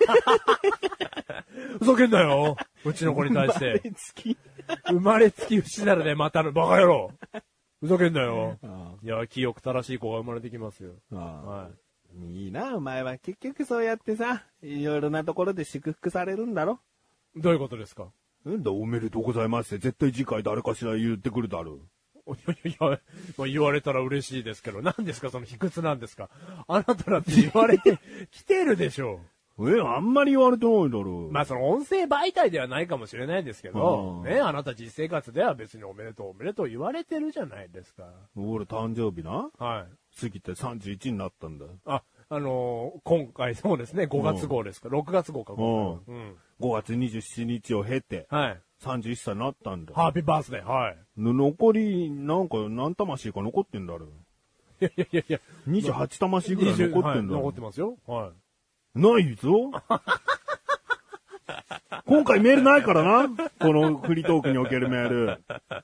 ふざけんなよ。うちの子に対して。生まれつき不死だらで股のバカ野郎。ふざけんなよ。いや、清く正しい子が生まれてきますよ。 いいな、お前は。結局そうやってさ、いろいろなところで祝福されるんだろ。 どういうことですか？ なんだ、おめでとうございますって、絶対次回誰かしら言ってくるだろう。 いや、まあ、言われたら嬉しいですけど、何ですか、その卑屈なんですか？あなただって言われてきてるでしょう。 あんまり言われてないだろう。 まあ、その音声媒体ではないかもしれないですけど、ね、あなた実生活では別におめでとう言われてるじゃないですか。 俺誕生日な。 はい。 過ぎて31になったんだ。 今回そうですね、5月号ですか、6月号か、 5月27日を経て、31歳になったんだ。 ハッピーバースデー、はい。 残り、何魂か残ってんだろ。 いや。 28魂ぐらい残ってんだろ。 残ってますよ。はい。 ないぞ。今回メールないからな。このフリートークにおけるメール。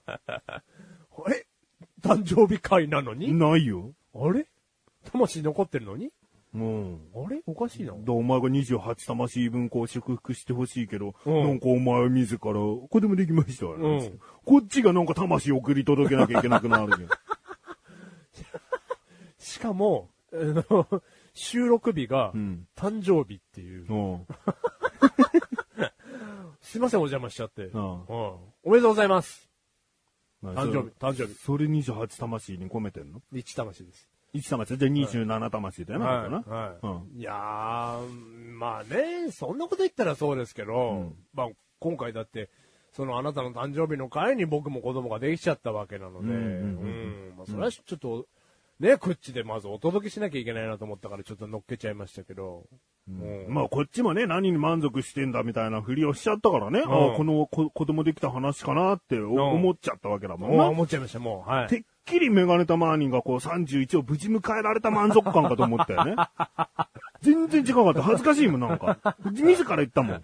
誕生日会なのに？ ないよ。 あれ？魂残ってるのに？あれおかしいな。 お前が28魂分こう祝福してほしいけど、なんかお前自ら、子供できました。こっちがなんか魂送り届けなきゃいけなくなるけど。 しかも、収録日が、誕生日っていう。すいません、お邪魔しちゃって。おめでとうございます。誕生日。 それ28魂に込めてんの？ 1 魂です。 1魂じゃ27魂だよな。 いやー、まあね、そんなこと言ったらそうですけど、まあ今回だって、そのあなたの誕生日の会に僕も子供ができちゃったわけなので、まあそれはちょっと、ね、こっちでまずお届けしなきゃいけないなと思ったからちょっと乗っけちゃいましたけど。 まあこっちもね、何に満足してんだみたいなふりをしちゃったからね、この子供できた話かなって思っちゃったわけだもんね。 思っちゃいました、もう。はい。 てっきりメガネタマーニンがこう31を無事迎えられた満足感かと思ったよね。全然違かった。恥ずかしいもん、なんか。自ら言ったもん。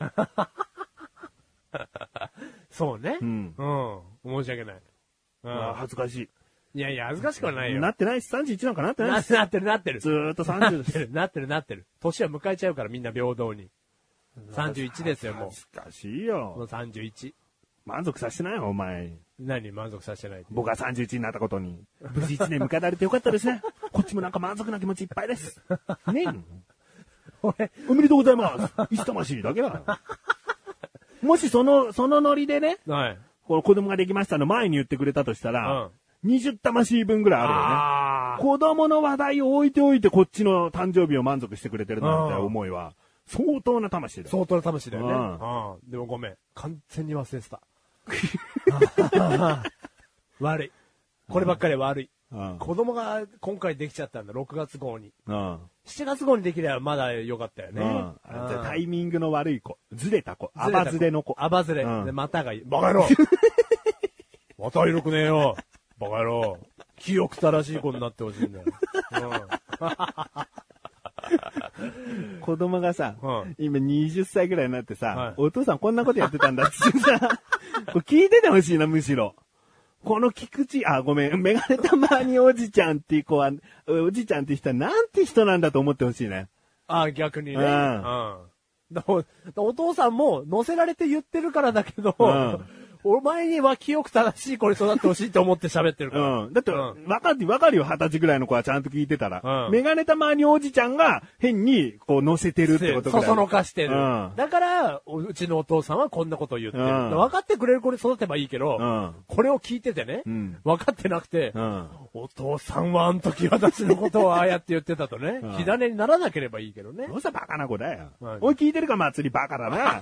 そうね。申し訳ない。 恥ずかしい。 いやいや、恥ずかしくはないよ。 なってないし、31なんかなってないし。 なってる。 ずーっと30です。 なってる。年は迎えちゃうからみんな平等に。31ですよ、もう。 恥ずかしいよ。 もう31。 満足させてないよ、お前。 何満足させてない。 僕が31になったことに。無事1年迎えられてよかったですね。こっちもなんか満足な気持ちいっぱいです。ね。 俺、 おめでとうございます。石魂だけは。もしそのノリでね、 はい。 この子供ができましたの前に言ってくれたとしたら、20魂分ぐらいあるよね。子供の話題を置いておいてこっちの誕生日を満足してくれてるなんて思いは、相当な魂だよ。 相当な魂だよね。でもごめん。完全に忘れてた。悪い。こればっかり悪い。子供が今回できちゃったんだ、6月号に。7月号にできればまだよかったよね。 じゃあタイミングの悪い子。ずれた子。アバズレの子。 アバズレ。で、またがいい。バカ野郎また広くねえよ。バカ野郎。清く正しい子になってほしいんだよ。 子供がさ、今20歳ぐらいになってさ、お父さんこんなことやってたんだってさ、聞いててほしいな、むしろ。この菊池、ごめん、メガネたまにおじちゃんっていう子は、おじちゃんって人はなんて人なんだと思ってほしいね。 逆にね。お父さんも乗せられて言ってるからだけど、お前には清く正しい子に育ってほしいと思って喋ってるから。 だって、わかるよ、20歳ぐらいの子はちゃんと聞いてたら。メガネたまにおじちゃんが変にこう乗せてるってことぐらい。 そのかしてる。だから、うちのお父さんはこんなことを言ってる。分かってくれる子に育てばいいけど、これを聞いててね、分かってなくて、お父さんはあの時私のことをああやって言ってたとね、火種にならなければいいけどね。 どうしたバカな子だよ。おい聞いてるか祭りバカだな。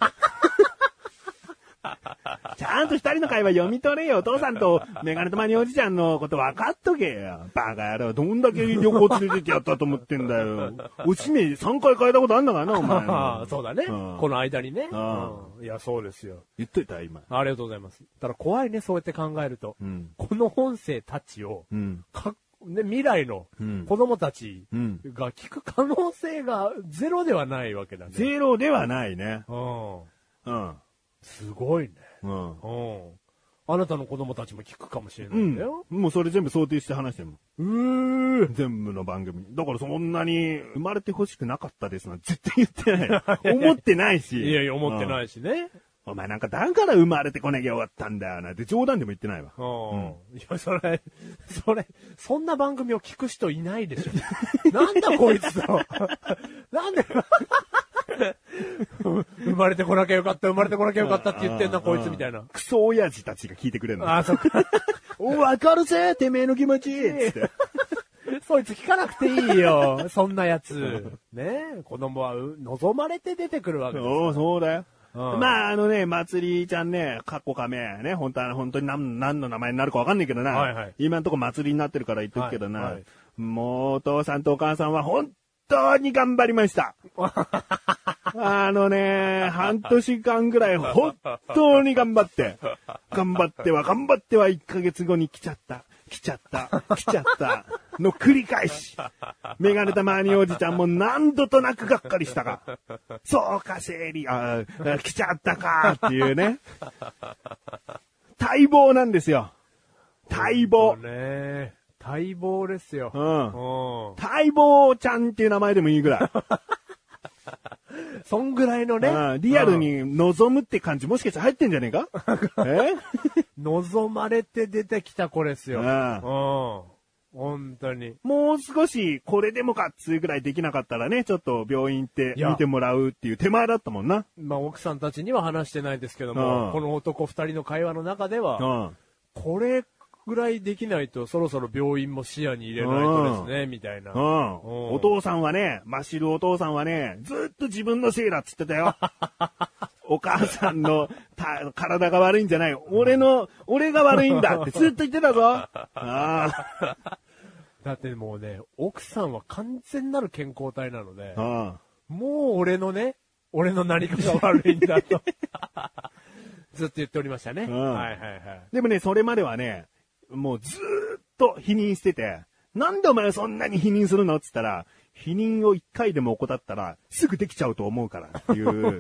ちゃんと二人の会話読み取れよ。お父さんとメガネたまにおじちゃんのこと分かっとけよ。バカ野郎。どんだけ旅行連れてってやったと思ってんだよ。おしめ3回変えたことあんだからな、お前。 そうだね。この間にね。いや、そうですよ。 言っといた、今。 ありがとうございます。ただ怖いね、そうやって考えると。この本性たちを、未来の子供たちが聞く可能性がゼロではないわけだね。 ゼロではないね。 すごいね。あなたの子供たちも聞くかもしれないんだよ。 もうそれ全部想定して話してるもん。全部の番組。だからそんなに生まれて欲しくなかったですなんて絶対言ってない。思ってないし。 いやいや、思ってないしね。 お前なんかだから生まれてこなきゃよかったんだよなって冗談でも言ってないわ。 いや、そんな番組を聞く人いないでしょ。なんだこいつと。なんで生まれてこなきゃよかったって言ってんな、こいつみたいな。 クソ親父たちが聞いてくれるの。 そっか。 わかるぜ、てめえの気持ちつって。 そいつ聞かなくていいよ、そんなやつ。ね子供は望まれて出てくるわけです。 そうだよ。まあまつりちゃんね、カッコカメね、本当に何の名前になるかわかんないけどな。今んとこまつりになってるから言っとくけどな。もうお父さんとお母さんは本当に頑張りました。半年間ぐらい本当に頑張っては1ヶ月後に来ちゃったの繰り返し。メガネたまにおじちゃんも何度となくがっかりしたが、そうか生理、来ちゃったかっていうね。待望なんですよ。待望。 待望ですよ。 待望ちゃんっていう名前でもいいぐらい。 そんぐらいのね。 リアルに望むって感じもしかして入ってんじゃねえか望まれて出てきた子ですよ。本当に。 もう少しこれでもかっつうぐらいできなかったらね、ちょっと病院って見てもらうっていう手前だったもんな。 奥さんたちには話してないですけども、この男二人の会話の中では、これぐらいできないとそろそろ病院も視野に入れないとですね、みたいな。 お父さんはね、マシルお父さんはね、ずっと自分のせいだっつってたよ。お母さんの体が悪いんじゃない。俺が悪いんだってずっと言ってたぞ。 だってもうね、奥さんは完全なる健康体なので、もう俺の何かが悪いんだと。ずっと言っておりましたね。 でもね、それまではね、もうずーっと否認してて、なんでお前そんなに否認するのって言ったら、否認を一回でも怠ったら、すぐできちゃうと思うからっていう、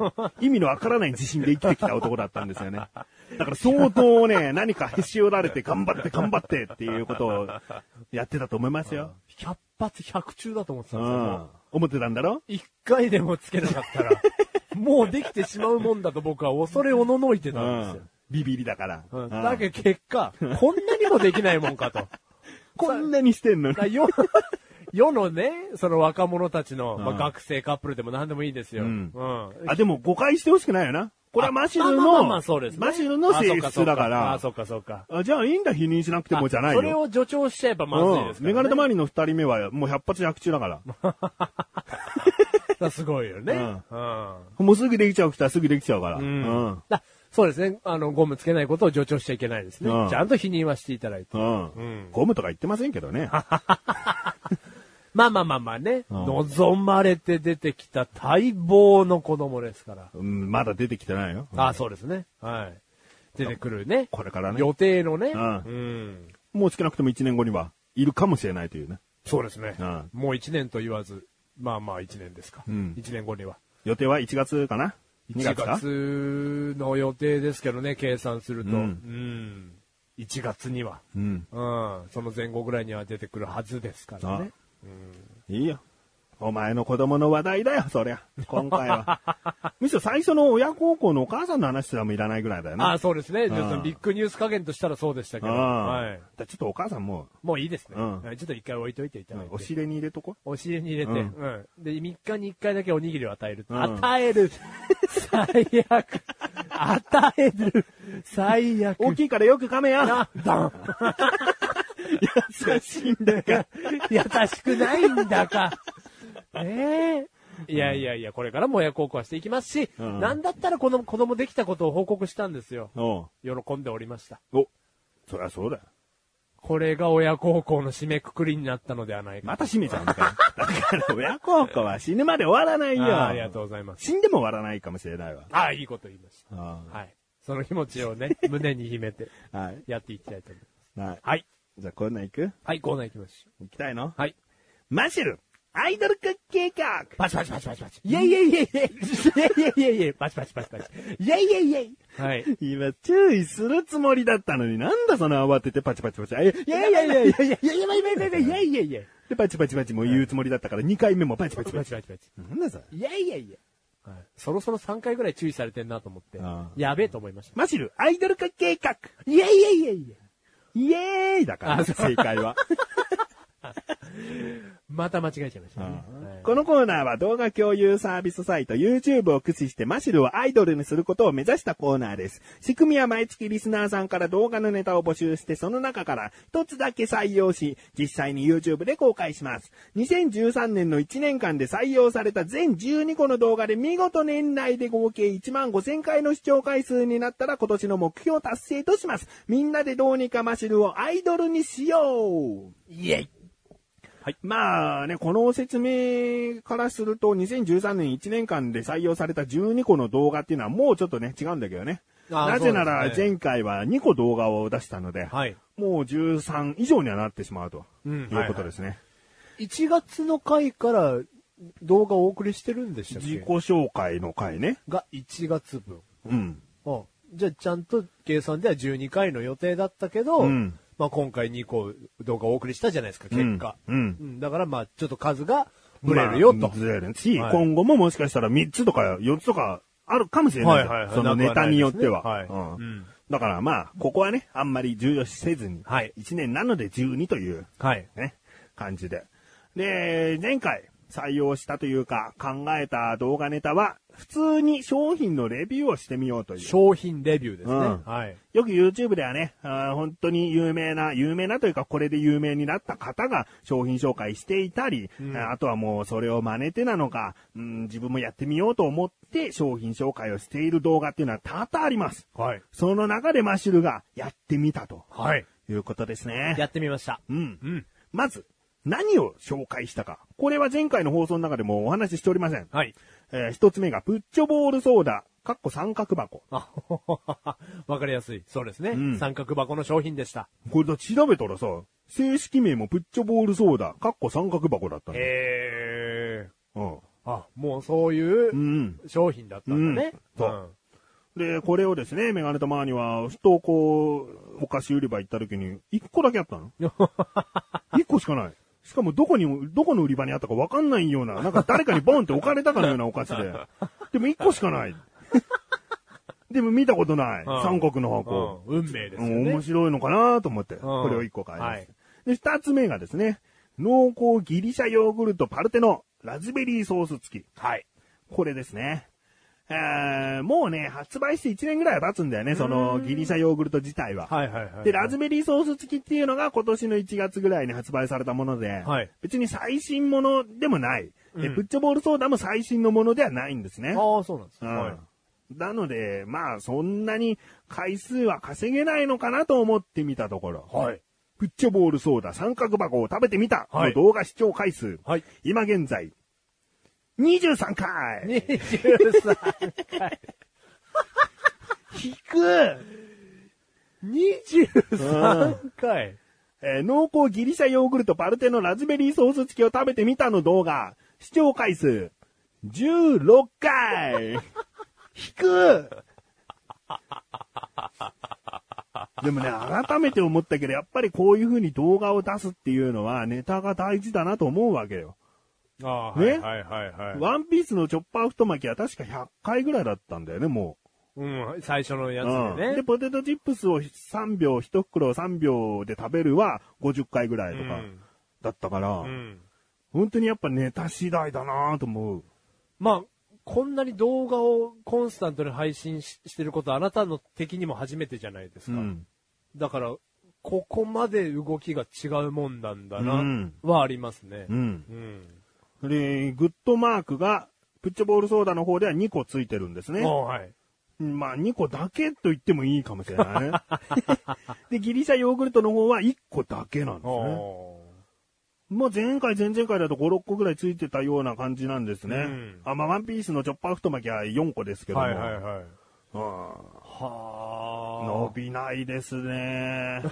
意味のわからない自信で生きてきた男だったんですよね。だから相当ね、何かへし折られて頑張ってっていうことをやってたと思いますよ。 100発100中だと思ってたんですよ。 思ってたんだろ？ 一回でもつけなかったら、もうできてしまうもんだと僕は恐れおののいてたんですよ。 ビビりだから。 だけど結果、こんなにもできないもんかと。 こんなにしてんのに。 世のね、その若者たちの、学生カップルでも何でもいいですよ。 でも誤解してほしくないよな。これはマシルの、マシルの性質だから。 そうか。 じゃあいいんだ、否認しなくてもじゃないよ。 それを助長しちゃえばまずいですからね。 メガネたまりの二人目はもう100発100中だから。 すごいよね。 もうすぐできちゃう人はすぐできちゃうから。 そうですね。ゴムつけないことを助長しちゃいけないですね。ちゃんと否認はしていただいて。 ゴムとか言ってませんけどね。 まあね、望まれて出てきた待望の子供ですから。 まだ出てきてないよ。 そうですね。はい。出てくるね。 これからね。 予定のね。 もう少なくとも1年後にはいるかもしれないというね。 そうですね。もう1年と言わず、まあ1年ですか。1年後には。 予定は1月かな ?1 月の予定ですけどね、計算すると。1月には。その前後ぐらいには出てくるはずですからね。 いいよ。お前の子供の話題だよ、そりゃ。今回は。むしろ最初の親孝行のお母さんの話すらもいらないぐらいだよね。 そうですね。ビッグニュース加減としたらそうでしたけど。ちょっとお母さんもういいですね。ちょっと一回置いといていただいて。 お尻に入れとこお尻に入れて。で、3日に1回だけおにぎりを与える。与える。最悪。与える。最悪。 大きいからよく噛めや。 ダン。 優しいんだか。 優しくないんだか。いや、これからも親孝行はしていきますし、なんだったらこの子供できたことを報告したんですよ。喜んでおりました。 そりゃそうだよ。 これが親孝行の締めくくりになったのではないか。 また締めちゃうんだから。だから親孝行は死ぬまで終わらないよ。 ありがとうございます。 死んでも終わらないかもしれないわ。 いいこと言いました。はい。その気持ちをね、胸に秘めて、やっていきたいと思います。はい。 じゃあコーナー行く？ はい、コーナー行きましょう。行きたいの？ はい。 マシルアイドル化計画。 パチパチ。イェイイェイイェイイェイ。イェイイェイイェイ。パチ。イェイイェイイェイ。はい。 今注意するつもりだったのになんだその慌ててパチ。イェイイェイイェイ。イェイイェイイェイ。でパチも言うつもりだったから2回目もパチ。なんだそれ。 イェイイェイイェイ。そろそろ3回ぐらい注意されてんなと思って。やべえと思いました。 マシルアイドル化計画。 イェイイェイイェイ。 イエーイだから正解は。 また間違えちゃいましたね。 このコーナーは動画共有サービスサイト YouTube を駆使してマシルをアイドルにすることを目指したコーナーです。仕組みは毎月リスナーさんから動画のネタを募集してその中から一つだけ採用し実際に YouTube で公開します。2013年の1年間で採用された全12個の動画で見事年内で合計15,000回の視聴回数になったら今年の目標達成とします。みんなでどうにかマシルをアイドルにしよう。 イエイ。 はい。まあね、この説明からすると2013年1年間で採用された12個の動画っていうのはもうちょっとね、違うんだけどね。なぜなら前回は2個動画を出したので、もう13以上にはなってしまうということですね。 1月の回から動画をお送りしてるんでしたっけ？ 自己紹介の回ね。 が1月分。じゃあちゃんと計算では12回の予定だったけど、まあ今回2個動画をお送りしたじゃないですか、結果。だからまあちょっと数がブレるよと。 ずれるし、今後ももしかしたら3つとか4つとかあるかもしれない。そのネタによっては。だからまあ、ここはね、あんまり重要視せずに、1年なので12という、ね、感じで。で、前回採用したというか考えた動画ネタは、普通に商品のレビューをしてみようという。 商品レビューですね。 よく YouTube ではね、本当に有名なというかこれで有名になった方が商品紹介していたり、あとはもうそれを真似てなのか、自分もやってみようと思って商品紹介をしている動画っていうのは多々あります。その中でマッシュルがやってみたと。いうことですね。 やってみました。 まず、何を紹介したか。これは前回の放送の中でもお話ししておりません。一つ目がプッチョボールソーダ、三角箱。 わかりやすい。そうですね。三角箱の商品でした。 これだ、調べたらさ、正式名もプッチョボールソーダ、三角箱だったの。 もうそういう商品だったんだね。 で、これをですね、メガネたまには、ふとこう、お菓子売り場行った時に、1個だけあったの。1個しかない。しかもどこの売り場にあったか分かんないような、なんか誰かにボンって置かれたかのようなお菓子で。でも1個しかない。 でも見たことない。三国の箱。 運命ですよね。 面白いのかなと思って、これを1個買います。で、2つ目がですね、濃厚ギリシャヨーグルトパルテノラズベリーソース付き。 はい。 これですね。もうね、発売して1年ぐらいは経つんだよね、そのギリシャヨーグルト自体は。 はいはいはい。 で、ラズベリーソース付きっていうのが今年の1月ぐらいに発売されたもので、 はい、 別に最新ものでもない。プッチョボールソーダも最新のものではないんですね。 ああ、そうなんです、 はい。なので、まあ、そんなに回数は稼げないのかなと思ってみたところ。 はい。 プッチョボールソーダ三角箱を食べてみたの動画視聴回数。はい。今現在、23回 !23 回引く !23 回濃厚ギリシャヨーグルトパルテのラズベリーソース付きを食べてみたの動画、視聴回数、16回引くでもね、改めて思ったけど、やっぱりこういう風に動画を出すっていうのは、ネタが大事だなと思うわけよ。 ああ、ね、はいはいはい。 ワンピースのチョッパー太巻きは確か100回ぐらいだったんだよね、もう。うん、最初のやつでね。 で、ポテトチップスを3秒、1袋3秒で食べるは50回ぐらいとか、だったから、本当にやっぱネタ次第だなと思う。 まあ、こんなに動画をコンスタントに配信してることあなたの的にも初めてじゃないですか。だから、ここまで動きが違うもんなんだな、はありますね。 で、グッドマークが、プッチョボールソーダの方では2個ついてるんですね。 はい。 まあ2個だけと言ってもいいかもしれないね。で、ギリシャヨーグルトの方は1個だけなんですね。もう前回前々回だと5、6個ぐらいついてたような感じなんですね。まあワンピースのチョッパー太巻きは4個ですけども。はいはいはい。伸びないですね。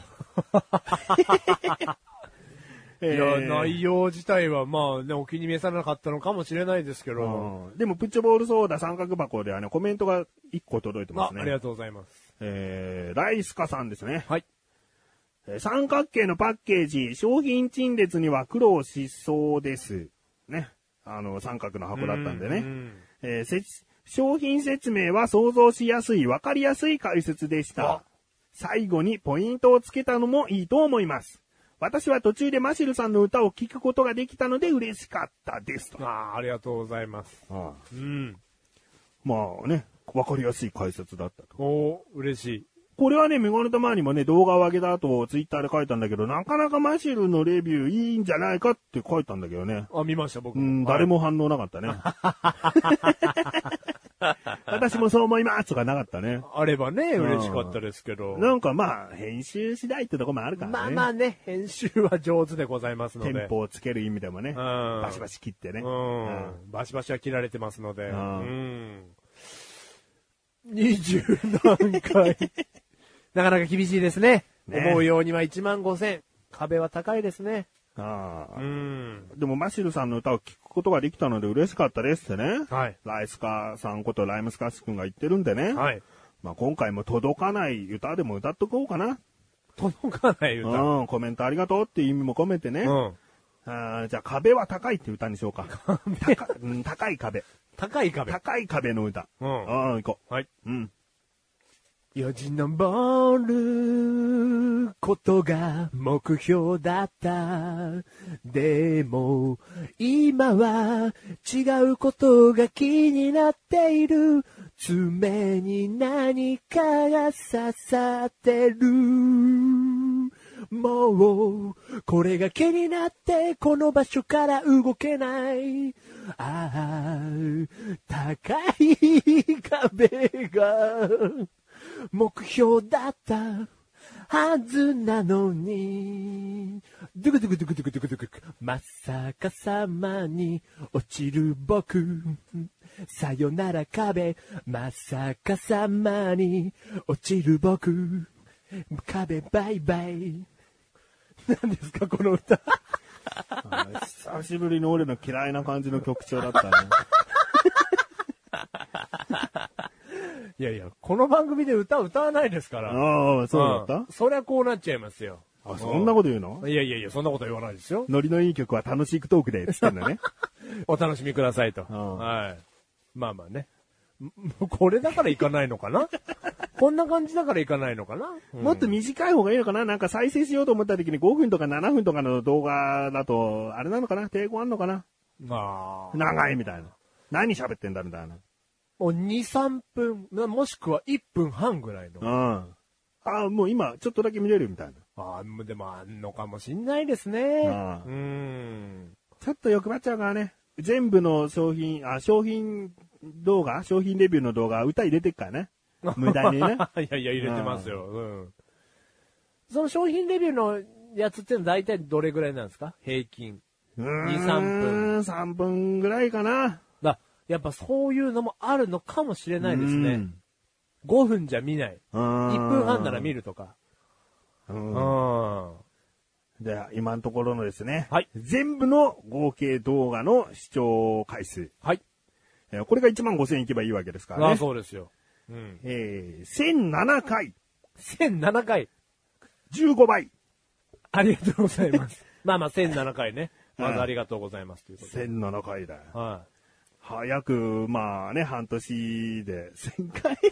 いや、内容自体はまあね、お気に召さなかったのかもしれないですけど。 でも、プッチョボールソーダ三角箱ではね、コメントが1個届いてますね。 ありがとうございます。 ライスカさんですね。 はい。 三角形のパッケージ、商品陳列には苦労しそうです。ね。三角の箱だったんでね。商品説明は想像しやすい、わかりやすい解説でした。最後にポイントをつけたのもいいと思います。私は途中でマシルさんの歌を聴くことができたので嬉しかったですと。 ありがとうございます。 まあね、わかりやすい解説だったと。 嬉しい。 これはね、メガネたまにもね、動画を上げた後、ツイッターで書いたんだけど、なかなかマシルのレビューいいんじゃないかって書いたんだけどね。 見ました、僕も。誰も反応なかったね。私もそう思いますとかなかったね。 あればね、嬉しかったですけど。 なんかまあ、編集次第ってとこもあるからね。 まあまあね、編集は上手でございますので。 テンポをつける意味でもね。バシバシ切ってね。 バシバシは切られてますので。20何回。なかなか厳しいですね。思うようには15,000。壁は高いですね。 でもマシルさんの歌を聴くことができたので嬉しかったですってね。 はい。 ライスカさんことライムスカス君が言ってるんでね。はい。まあ今回も届かない歌でも歌っとこうかな。 届かない歌。 コメントありがとうっていう意味も込めてね。じゃあ壁は高いって歌にしようか。高い壁。 高い壁。 高い壁の歌。行こう。 はい。よじ登ることが目標だった。でも、今は違うことが気になっている。爪に何かが刺さってる。もう、これが気になってこの場所から動けない。高い壁が目標だったはずなのに、ドゥクドゥクドゥクドゥクドゥクドゥク、まさかさまに落ちる僕、さよなら壁、まさかさまに落ちる僕、壁バイバイ。何ですかこの歌。 久しぶりに俺の嫌いな感じの曲調だったね。 いやいや、この番組で歌わないですから。 そうだった？ そりゃこうなっちゃいますよ。 そんなこと言うの？ いやいやいや、そんなこと言わないですよ。 ノリのいい曲は楽しいトークで、つってんだね。 お楽しみくださいと。はい。まあまあね。 これだから行かないのかなこんな感じだから行かないのかな、 もっと短い方がいいのかな。なんか再生しようと思った時に5分とか7分とかの動画だと、あれなのかな、抵抗あんのかな。長いみたいな。何喋ってんだみたいな。 もう2、3分、もしくは1分半ぐらいの。 もう今、ちょっとだけ見れるみたいな。でもあんのかもしんないですね。 ちょっと欲張っちゃうからね。全部の商品レビューの動画、歌入れてっからね。無駄にね。 いや、入れてますよ。その商品レビューのやつってのは大体どれぐらいなんですか？平均。2、3分。 3分ぐらいかな。 やっぱそういうのもあるのかもしれないですね。5分じゃ見ない。1分半なら見るとか。 では、今のところのですね。 はい。 全部の合計動画の視聴回数。 はい。 これが15,000いけばいいわけですからね。 そうですよ。 1007回。 1007回。 15倍。 ありがとうございます。まあ1007回ね。まずありがとうございますということで。 1007回だよ。 はい。 早く、半年で1000回。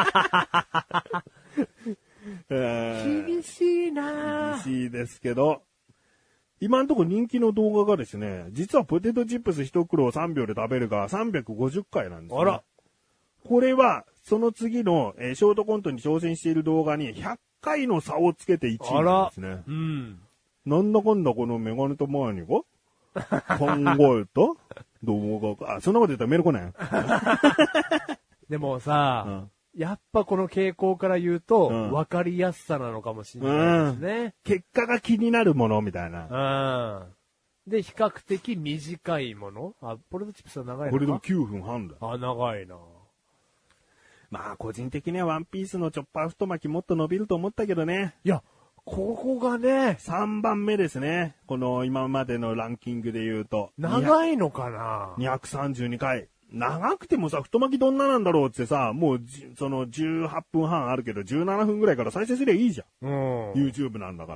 厳しいな厳しいですけど、今のところ人気の動画がですね、実はポテトチップス一袋を3秒で食べるが350回なんですね。 あら。 これは、その次の、ショートコントに挑戦している動画に100回の差をつけて1位なんですね。なんだかんだこのメガネとマーニが考えた動画か。そんなこと言ったらメール来ないよ。 でもさ、やっぱこの傾向から言うと、分かりやすさなのかもしれないですね。 結果が気になるものみたいな。 で、比較的短いもの。ポテトチップスは長いのか。 これでも9分半だ。 長いな。 個人的にはワンピースのチョッパー太巻きもっと伸びると思ったけどね。 いや、ここがね。 3番目ですね。この今までのランキングで言うと。 長いのかな ?232 回。長くてもさ、太巻きどんななんだろうってさ、もう、その18分半あるけど、17分ぐらいから再生すればいいじゃん。YouTube なんだから。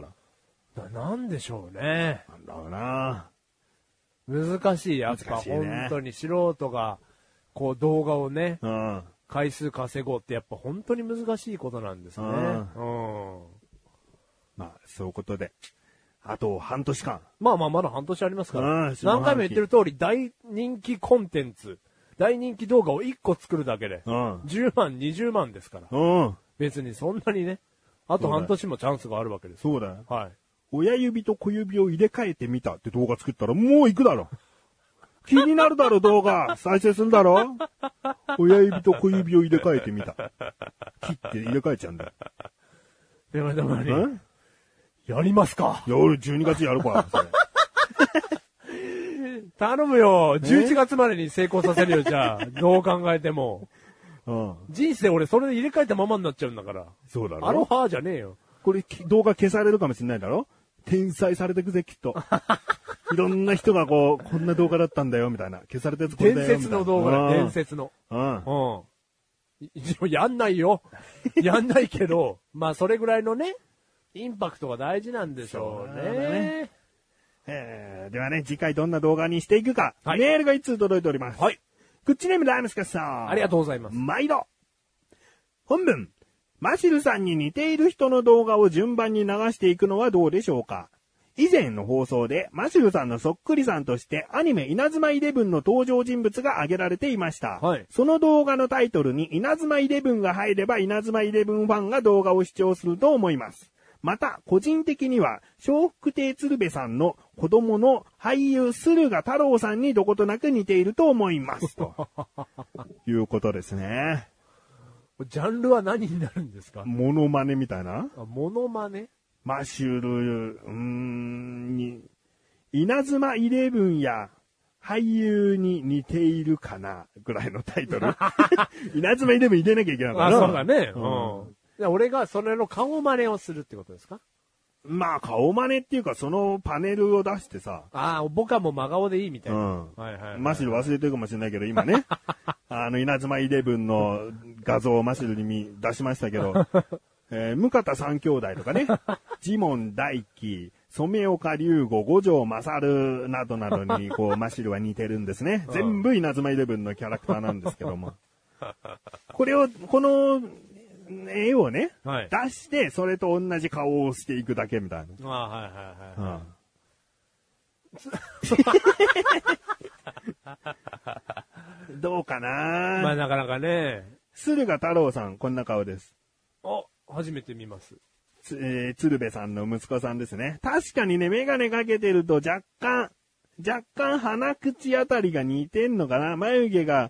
なんでしょうね。 なんだろうな。 難しい。やっぱ本当に素人が、こう動画をね、回数稼ごうってやっぱ本当に難しいことなんですね。 そういうことで。あと半年間。 まだ半年ありますから。何回も言ってる通り、大人気コンテンツ、大人気動画を1個作るだけで、10万、20万ですから。別にそんなにね、あと半年もチャンスがあるわけです。 そうだよ。 はい。 親指と小指を入れ替えてみたって動画作ったらもう行くだろ。気になるだろ、動画。再生するだろ。親指と小指を入れ替えてみた。切って入れ替えちゃうんだよ。 でもやりますか。 いや、俺12月やるから、それ。 頼むよ。11月までに成功させるよ、じゃあ。どう考えても。人生俺それで入れ替えたままになっちゃうんだから。 そうだろ。 アロハじゃねえよ。 これ動画消されるかもしれないだろ。転載されてくぜ、きっと。いろんな人がこんな動画だったんだよ、みたいな。消されたやつこれだよ。 伝説の動画だ、伝説の。やんないよ。やんないけど、それぐらいのね、インパクトが大事なんでしょうね。 ではね、次回どんな動画にしていくか、メールが一通届いております。はい。クッチネームライムスカスさん。 ありがとうございます。 毎度。本文。マシルさんに似ている人の動画を順番に流していくのはどうでしょうか。以前の放送でマシルさんのそっくりさんとしてアニメ稲妻イレブンの登場人物が挙げられていました。はい。その動画のタイトルに稲妻イレブンが入れば稲妻イレブンファンが動画を視聴すると思います。また、個人的には、笑福亭鶴瓶さんの子供の俳優駿河太郎さんにどことなく似ていると思います。ということですね。 ジャンルは何になるんですか？ モノマネみたいな？ モノマネ？ マシュル、稲妻イレブンや俳優に似ているかなぐらいのタイトル。稲妻イレブン入れなきゃいけないからな。 そうだね。俺がそれの顔真似をするってことですか？ 顔真似っていうかそのパネルを出してさ。 僕はもう真顔でいいみたいな。 マシル忘れてるかもしれないけど、今ね。稲妻イレブンの画像をマシルに出しましたけど、向方三兄弟とかね、ジモン大輝、染岡龍吾、五条勝などなどに、マシルは似てるんですね。全部稲妻イレブンのキャラクターなんですけども。 この絵をね、 はい、 出して、それと同じ顔をしていくだけみたいな。 はいはいはい。 どうかな。 まあなかなかね。 駿河太郎さん、こんな顔です。 初めて見ます。 鶴瓶さんの息子さんですね。確かにね、メガネかけてると若干鼻口あたりが似てんのかな。眉毛が、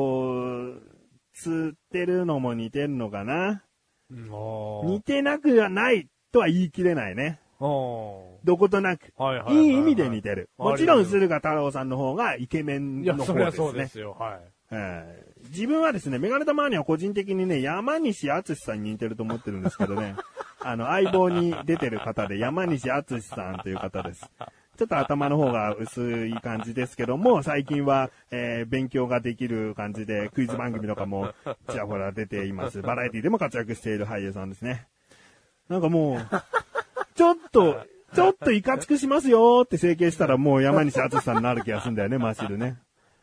つってるのも似てんのかな。似てなくはないとは言い切れないね。どことなく、いい意味で似てる。もちろん駿河太郎さんの方がイケメンの方ですね。いや、そりゃそうですよ。はい。自分はですね、メガネタマーニは個人的にね、山西敦さんに似てると思ってるんですけどね。相棒に出てる方で山西敦さんという方です。ちょっと頭の方が薄い感じですけども、最近は、勉強ができる感じでクイズ番組とかもちらほら出ています。バラエティでも活躍している俳優さんですね。なんかもう、ちょっといかつくしますよって整形したらもう山西敦さんになる気がするんだよね、マシルね。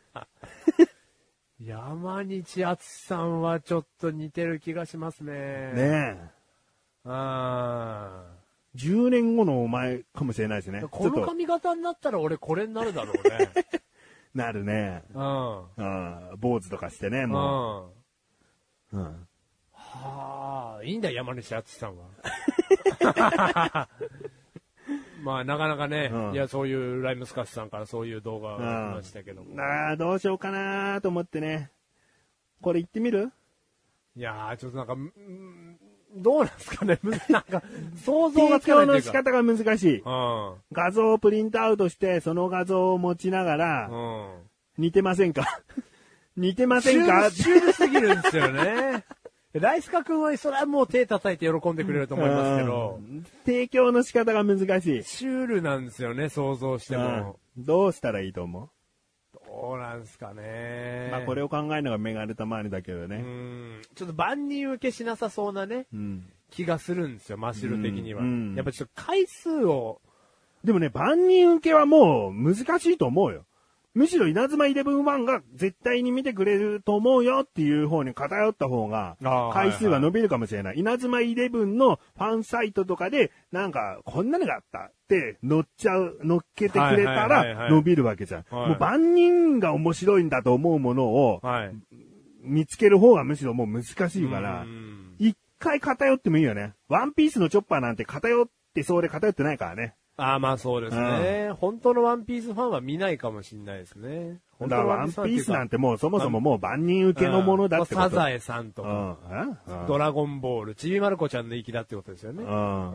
山西敦さんはちょっと似てる気がしますね。 ねえ。10年後のお前かもしれないですね。 この髪型になったら俺これになるだろうね。 なるね。坊主とかしてね、もう。 はあ、いいんだ山西敦さんは。まあなかなかね、いやそういうライムスカッシュさんからそういう動画が来ましたけども。 どうしようかなと思ってね。これ言ってみる？ いやー、ちょっとなんか、どうなんですかね。なんか、想像がつかないというか。提供の仕方が難しい。画像をプリントアウトして、その画像を持ちながら、似てませんか似てませんかシュールすぎるんですよね。ライスカ君はそれはもう手叩いて喜んでくれると思いますけど。 提供の仕方が難しい。 シュールなんですよね、想像しても。 どうしたらいいと思う？ どうなんすかね。 まあこれを考えるのがメガネたまわりだけどね。 ちょっと万人受けしなさそうなね、気がするんですよ、マシル的には。やっぱちょっと回数を。 でもね、万人受けはもう難しいと思うよ。むしろ稲妻イレブン1が絶対に見てくれると思うよっていう方に偏った方が回数が伸びるかもしれない。稲妻イレブンのファンサイトとかでなんかこんなのがあったって乗っけてくれたら伸びるわけじゃん。もう万人が面白いんだと思うものを見つける方がむしろもう難しいから、一回偏ってもいいよね。ワンピースのチョッパーなんて偏ってそうで偏ってないからね。 まあそうですね。本当のワンピースファンは見ないかもしれないですね。 だからワンピースなんてもうそもそももう万人受けのものだってこと。 サザエさんとか、ドラゴンボール、ちびまる子ちゃんの域だってことですよね。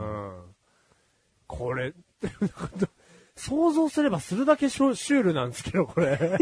これ、想像すればするだけシュールなんですけど、これ。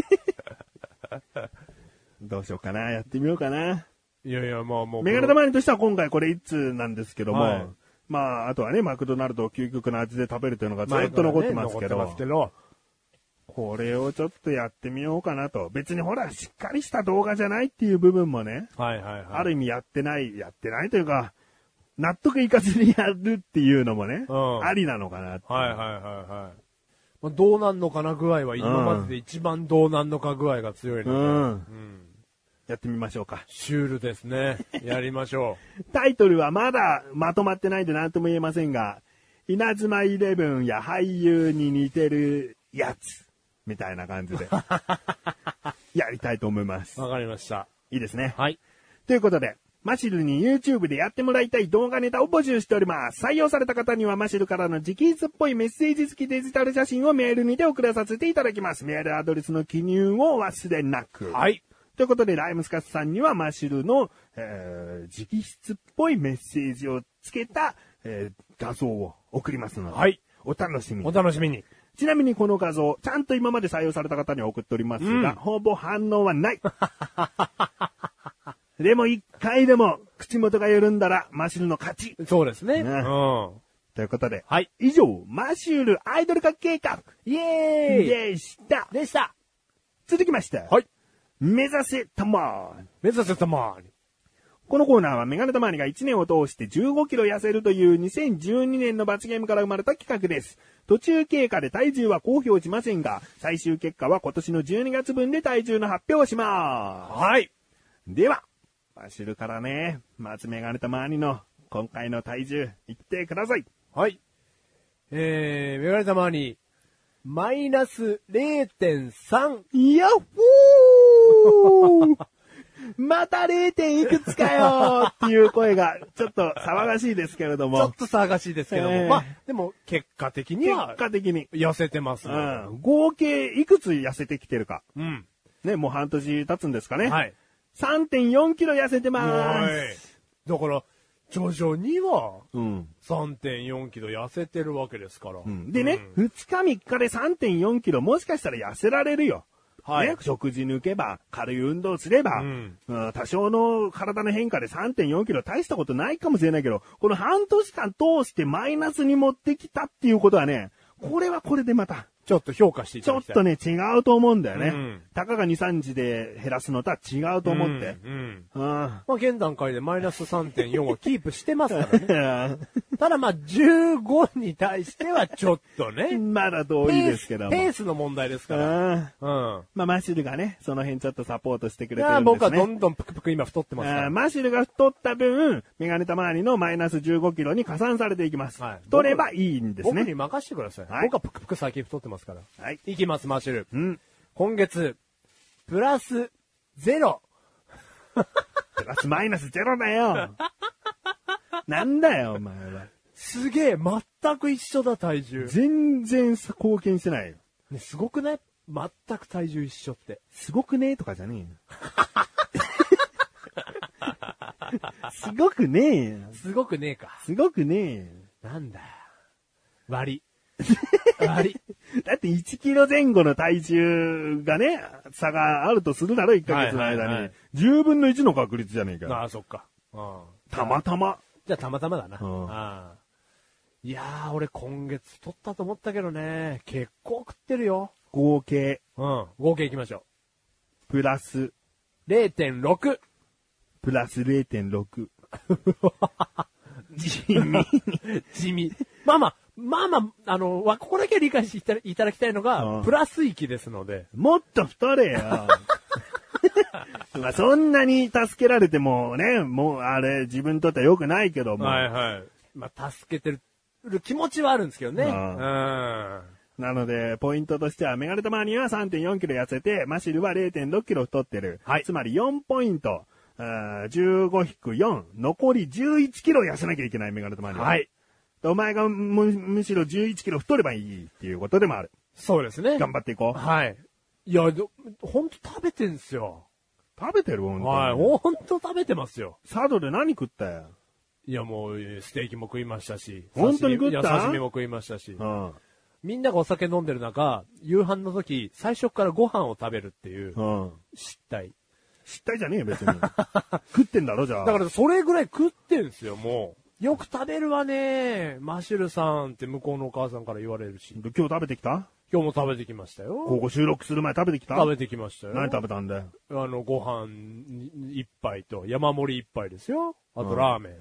どうしようかな、やってみようかな。 いやいや、まあもう。 メガネ玉にとしては今回これ1通なんですけども、まあ、あとはね、マクドナルドを究極の味で食べるというのがずっと残ってますけど、これをちょっとやってみようかなと。別にほら、しっかりした動画じゃないっていう部分もね、ある意味やってないというか、納得いかずにやるっていうのもね、ありなのかなって。 どうなんのかな具合は今までで一番どうなんのか具合が強いので、 やってみましょうか。 シュールですね。やりましょう。タイトルはまだまとまってないんで何とも言えませんが、稲妻イレブンや俳優に似てるやつ、みたいな感じで、やりたいと思います。 わかりました。 いいですね。 はい。 ということで、マシルに YouTube でやってもらいたい動画ネタを募集しております。採用された方にはマシルからの直筆っぽいメッセージ付きデジタル写真をメールにて送らさせていただきます。メールアドレスの記入を忘れなく。 はい。 ということで、ライムスカスさんにはマシルの、直筆っぽいメッセージをつけた、画像を送りますので、 はい。 お楽しみに。 お楽しみに。 ちなみにこの画像、ちゃんと今まで採用された方には送っておりますが、ほぼ反応はない。でも一回でも口元が緩んだらマシルの勝ち。 そうですね。 ということで、 はい。 以上、マシュルアイドル化計画、 イエーイでした。続きまして、 はい。 目指せたまーに。 目指せたまーに。 このコーナーはメガネたまーにが1年を通して15キロ痩せるという2012年の罰ゲームから生まれた企画です。途中経過で体重は公表しませんが、最終結果は今年の12月分で体重の発表をします。 はい。 では、マシルからね、松メガネたまわりの今回の体重、言ってください。 はい。メガネたまに、マイナス 0.3。 やっほーまた 0. いくつかよっていう声が、ちょっと騒がしいですけれども。 ちょっと騒がしいですけども。まあ、でも、結果的には、痩せてます、ね。 合計いくつ痩せてきてるか。 うん。 ね、もう半年経つんですかね。 はい。 3.4 キロ痩せてまーす。 だから、徐々には、3.4 キロ痩せてるわけですから。 でね、2日3日で 3.4 キロもしかしたら痩せられるよ。 はい。 ね、食事抜けば、軽い運動すれば、多少の体の変化で 3.4 キロ大したことないかもしれないけど、この半年間通してマイナスに持ってきたっていうことはね、これはこれでまた、 ちょっと評価していただきたい。 ちょっとね、違うと思うんだよね。たかが2、3日で減らすのとは違うと思って。 まあ、現段階でマイナス 3.4 をキープしてますからね。ただまあ、15に対してはちょっとね。 まだ遠いですけども。 ペースの問題ですから。 まあ、マシルがね、その辺ちょっとサポートしてくれてるんですね。 僕はどんどんぷくぷく今太ってますから。 マシルが太った分、メガネたまわりのマイナス15キロに加算されていきます。太ればいいんですね。 僕に任せてください。僕はぷくぷく最近太ってますから。 はい。 いきます、マシュル。今月、プラス0。 プラスマイナス0だよ。なんだよ、お前は。 すげえ、全く一緒だ、体重。 全然貢献してないよ。 ね、すごくない？全く体重一緒って。 すごくねとかじゃねえよ。すごくねえよ。 すごくねえか。 すごくねえよ。 なんだよ。割り。 だって1キロ前後の体重がね、差があるとするだろ、1ヶ月の間に。10分の1の確率じゃねえか。 ああ、そっか。 たまたま。 じゃあたまたまだな。いやー、俺今月取ったと思ったけどね、結構食ってるよ。 合計。 合計いきましょう。プラス。 0.6。 プラス 0.6。 地味。まあまあ、ここだけ理解していただきたいのが、プラス域ですので。 もっと太れよ。まあそんなに助けられてもね、もうあれ自分にとっては良くないけども。 はいはい。まあ助けてる気持ちはあるんですけどね。 なので、ポイントとしては、メガネたまわりは 3.4 キロ痩せて、マシルは 0.6 キロ太ってる。はい。つまり4ポイント。15-4。残り11キロ痩せなきゃいけないメガネたまわりは。はい。お前がむしろ11キロ太ればいいっていうことでもある。 そうですね。 頑張っていこう。 はい。いや、ほんと食べてんすよ。 食べてるほんとに。 はい。ほんと食べてますよ。 サードで何食ったよ。 いや、もう、ステーキも食いましたし。 本当に食った？ いや、刺身も食いましたし。みんながお酒飲んでる中、夕飯の時、最初からご飯を食べるっていう、失態。 失態じゃねえよ、別に。食ってんだろ、じゃあ。 だからそれぐらい食ってんすよ、もう。よく食べるわね。マシュルさんって向こうのお母さんから言われるし。 今日食べてきた？ 今日も食べてきましたよ。 ここ収録する前食べてきた？ 食べてきましたよ。 何食べたんだよ。 ご飯一杯と山盛り一杯ですよ。あとラーメン。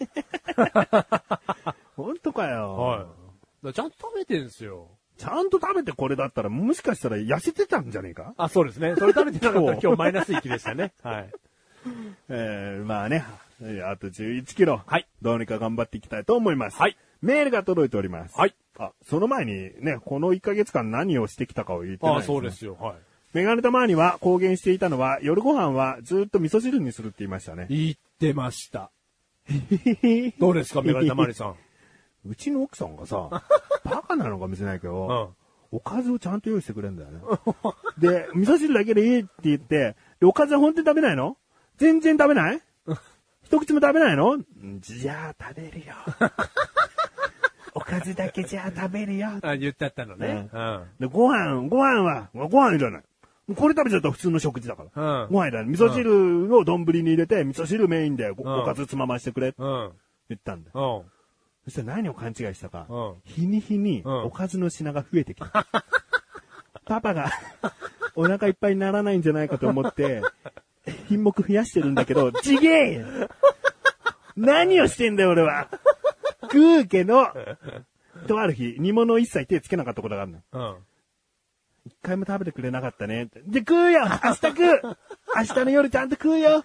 本当かよ。 はい。ちゃんと食べてんすよ。 ちゃんと食べてこれだったら、もしかしたら痩せてたんじゃねえか？ あ、そうですね。それ食べてなかったら今日マイナス域でしたね。はい。 まあね、あと11キロ。はい。どうにか頑張っていきたいと思います。はい。メールが届いております。はい。その前にね、この1ヶ月間何をしてきたかを言ってないですね。 そうですよ。はい。 メガネたまわりは公言していたのは、夜ご飯はずっと味噌汁にするって言いましたね。 言ってました。どうですか、メガネたまわりさん。 うちの奥さんがさ、バカなのかもしれないけど、おかずをちゃんと用意してくれるんだよね。で、味噌汁だけでいいって言って、おかずは本当に食べないの？全然食べない？一口も食べないの？じゃあ食べるよ。おかずだけじゃあ食べるよ。 言ってあったのね。 で、ご飯いらない。これ食べちゃったら普通の食事だから。ご飯いらない。味噌汁を丼に入れて、味噌汁メインでおかずつまましてくれ。言ったんだ。そしたら何を勘違いしたか。日に日におかずの品が増えてきた。パパがお腹いっぱいにならないんじゃないかと思って、品目増やしてるんだけど、ちげえよ何をしてんだよ俺は。食うけど、とある日、煮物を一切手つけなかったことがあるの。一回も食べてくれなかったね。で、食うよ明日食う明日の夜ちゃんと食うよ。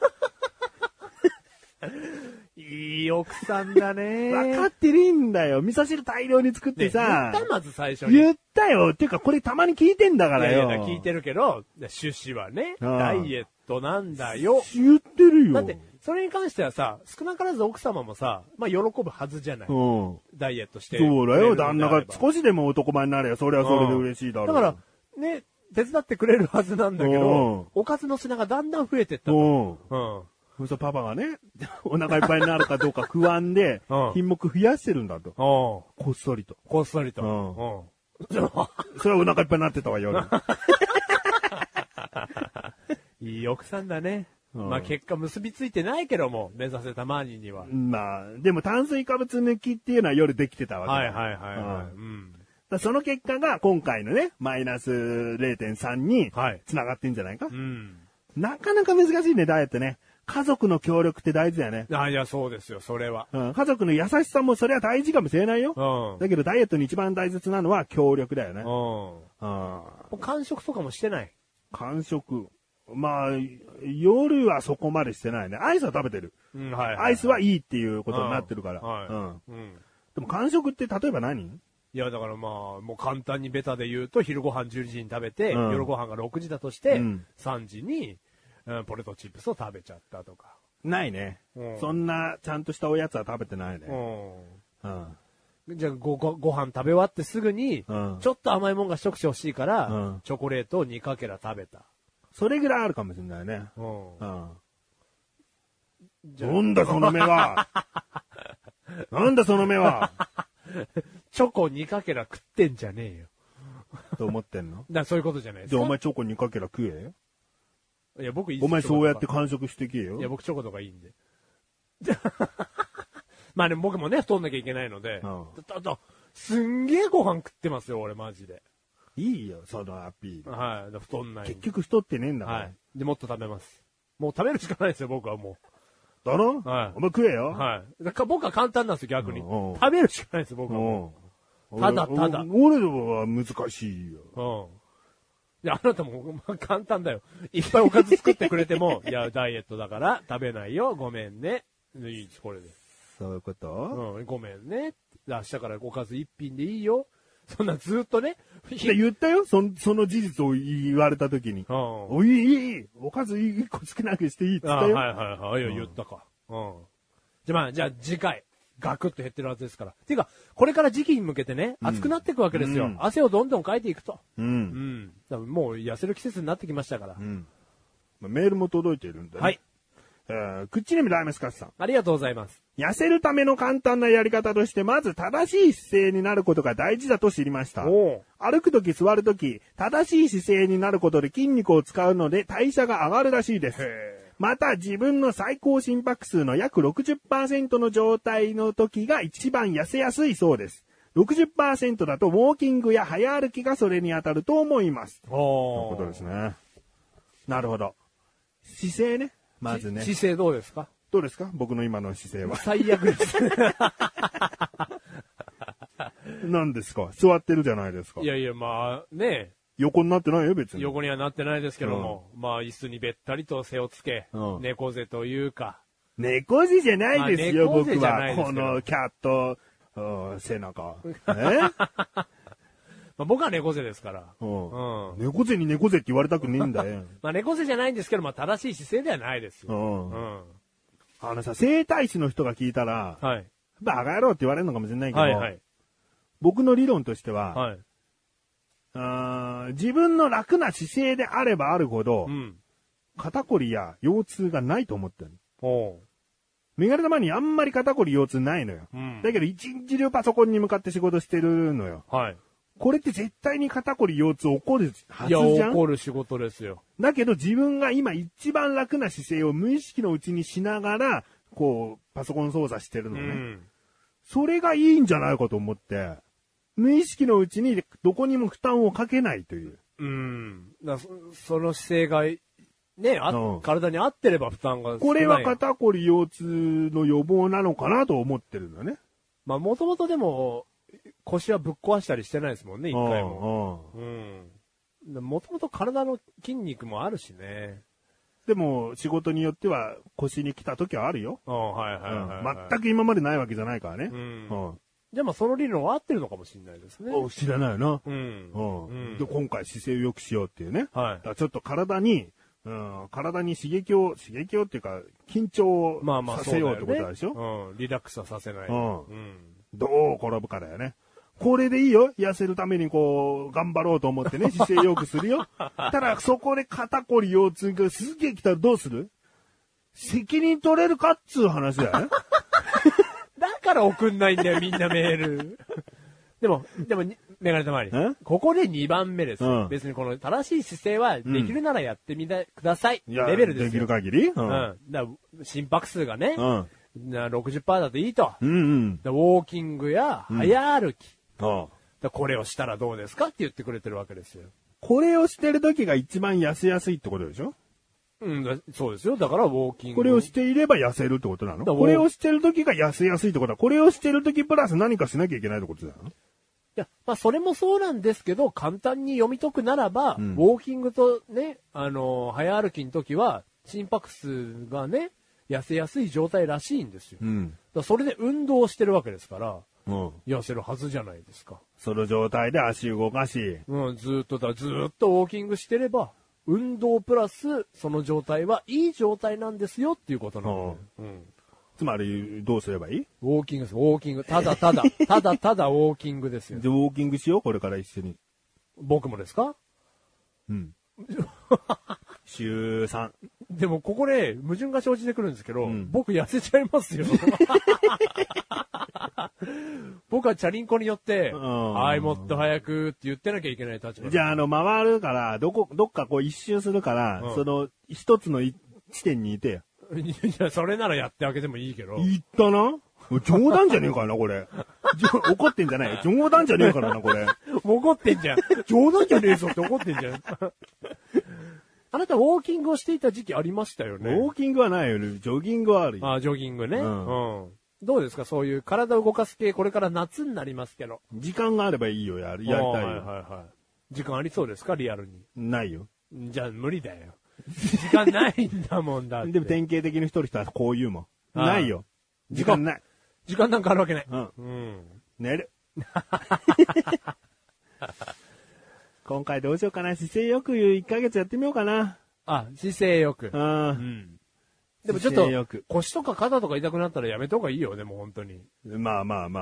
いい奥さんだね。 分かってるんだよ。味噌汁大量に作ってさ。 言ったまず最初に。 言ったよ。っていうかこれたまに聞いてんだからよ。 いや聞いてるけど、趣旨はね、ダイエットなんだよ。 言ってるよ。 だって、それに関してはさ、少なからず奥様もさ、まあ喜ぶはずじゃない。ダイエットして。 そうだよ。旦那が少しでも男前になれば、それはそれで嬉しいだろう。 だから、ね、手伝ってくれるはずなんだけど、おかずの品がだんだん増えてったと。 そうパパがね、お腹いっぱいになるかどうか不安で、品目増やしてるんだと。こっそりと。 こっそりと。 それはお腹いっぱいになってたわよ。 いい奥さんだね。まあ結果結びついてないけども、目指せたマーニーには。 まあ、でも炭水化物抜きっていうのは夜できてたわけだ。はい。その結果が今回のね、マイナス 0.3 に繋がってんじゃないか、なかなか難しいね、ダイエットね。家族の協力って大事だよね。 いや、そうですよ、それは。 家族の優しさもそれは大事かもしれないよ。だけどダイエットに一番大切なのは協力だよね。 間食とかもしてない？ 間食。まあ、夜はそこまでしてないね。アイスは食べてる。アイスはいいっていうことになってるから。でも間食って例えば何？ いや、だからまあ、もう簡単にベタで言うと、昼ご飯10時に食べて、夜ご飯が6時だとして、3時に、ポテトチップスを食べちゃったとか。 ないね。そんなちゃんとしたおやつは食べてないね。 じゃあご飯食べ終わってすぐに、ちょっと甘いもんが一口欲しいから、チョコレートを2かけら食べた。 それぐらいあるかもしれないね。なんだその目は。なんだその目は。 チョコ2かけら食ってんじゃねえよ。 と思ってんの？ そういうことじゃないですか。 じゃあお前チョコ2かけら食え。 いや、僕いい。 お前そうやって完食してけよ。 いや、僕チョコとかいいんで。まあでも僕もね、太んなきゃいけないので。すんげえご飯食ってますよ、俺マジで。 いいよ、そのアピール。 はい、太んない。 結局太ってねえんだから。 はい。で、もっと食べます。もう食べるしかないですよ、僕はもう。 だろ？はい。お前食えよ。 はい。だから僕は簡単なんですよ、逆に。食べるしかないですよ、僕はもう。ただ。 俺は難しいよ。 いや、あなたも、まあ、簡単だよ。いっぱいおかず作ってくれても、いや、ダイエットだから食べないよ、ごめんね。いいです、これで。 そういうこと？ ごめんね。明日からおかず一品でいいよ。そんなずっとね。 言ったよ、その事実を言われた時に。いい、おかず一個少なくしていいって言ったよ。 はい、言ったか。じゃあ次回。ガクッと減ってるはずですから。っていうか、これから時期に向けてね、暑くなっていくわけですよ。汗をどんどんかいていくと。もう痩せる季節になってきましたから。 メールも届いているんで、ね。はい。クッチネミライメスカスさん。 ありがとうございます。 痩せるための簡単なやり方として、まず正しい姿勢になることが大事だと知りました。歩くとき座るとき、正しい姿勢になることで筋肉を使うので代謝が上がるらしいです。また自分の最高心拍数の約 60% の状態の時が一番痩せやすいそうです。60% だとウォーキングや早歩きがそれに当たると思います。ということですね。なるほど。姿勢ね。まずね。 姿勢どうですか？ どうですか？僕の今の姿勢は。 最悪です。 何ですか？座ってるじゃないですか。 いや、まあ、ね。 横になってないよ、別に。 横にはなってないですけども。まあ、椅子にべったりと背をつけ、猫背というか。 猫背じゃないですよ、僕は。このキャット、背中。 まあ、僕は猫背ですから。 猫背に猫背って言われたくねえんだよ。 まあ、猫背じゃないんですけど、まあ、正しい姿勢ではないですよ。 整体師の人が聞いたら、バカ野郎って言われるのかもしれないけど、僕の理論としては、自分の楽な姿勢であればあるほど、肩こりや腰痛がないと思ってる。メガネ玉にあんまり肩こり腰痛ないのよ。だけど一日中パソコンに向かって仕事してるのよ。これって絶対に肩こり腰痛起こるはずじゃん。 いや、起こる仕事ですよ。 だけど自分が今一番楽な姿勢を無意識のうちにしながら、こう、パソコン操作してるのね。それがいいんじゃないかと思って、無意識のうちにどこにも負担をかけないという。 その姿勢が、ね、体に合ってれば負担が少ない。 これは肩こり腰痛の予防なのかなと思ってるんだね。 まあ、もともとでも、腰はぶっ壊したりしてないですもんね、一回も。もともと体の筋肉もあるしね。 でも、仕事によっては腰に来た時はあるよ。 はいはいはい、はい。 全く今までないわけじゃないからね。 じゃあまあその理論は合ってるのかもしれないですね。 知らないよな。で、今回姿勢を良くしようっていうね。 はい。 だからちょっと体に刺激をっていうか、緊張をさせようってことでしょ、 リラックスはさせない。 どう転ぶかだよね。これでいいよ。痩せるために頑張ろうと思ってね、姿勢良くするよ。ただ、そこで肩こり腰痛がすげえ来たらどうする？責任取れるかっつう話だよね。 だから送んないんだよ、みんなメール。でも、メガネたまり。ここで2番目です。別にこの正しい姿勢はできるならやってみてください。レベルですよ。 できる限りだ心拍数がね、60% だといいと。ウォーキングや早歩き。これをしたらどうですかって言ってくれてるわけですよ。 これをしてる時が一番痩せやすいってことでしょ？ そうですよ。だからウォーキング。 これをしていれば痩せるってことなの？これをしてる時が痩せやすいってことは、これをしてる時プラス何かしなきゃいけないってことなの？ いや、まあ、それもそうなんですけど、簡単に読み解くならば、ウォーキングとね、早歩きの時は、心拍数がね、痩せやすい状態らしいんですよ。だそれで運動してるわけですから、痩せるはずじゃないですか。 その状態で足動かし。 ずーっとウォーキングしてれば、運動プラス、その状態はいい状態なんですよっていうことなので。 つまり、どうすればいい？ ウォーキングです、ウォーキング。ただウォーキングですよ。 じゃあウォーキングしよう、これから一緒に。 僕もですか？ 週3。 でもここで矛盾が生じてくるんですけど、僕痩せちゃいますよ。僕はチャリンコによって、はい、もっと早くって言ってなきゃいけない立場。 じゃあ、回るから、どっか一周するから、その、一つの地点にいてよ。 いや、それならやってあげてもいいけど。 言ったな？冗談じゃねえからな、これ。怒ってんじゃない？冗談じゃねえからな、これ。 怒ってんじゃん。冗談じゃねえぞって怒ってんじゃん。あなたウォーキングをしていた時期ありましたよね。 ウォーキングはないよね。ジョギングはあるよ。 ジョギングね。どうですか、そういう体を動かす系、これから夏になりますけど。 時間があればいいよ、やりたいよ。 時間ありそうですか、リアルに。 ないよ。 じゃあ無理だよ。時間ないんだもんだって。 でも典型的に太る人はこう言うもん。ないよ。時間ない。 時間なんかあるわけない。 寝る。今回どうしようかな。姿勢よく1ヶ月やってみようかな。 姿勢よく。でもちょっと、腰とか肩とか痛くなったらやめた方がいいよ、でも本当に。 まあ。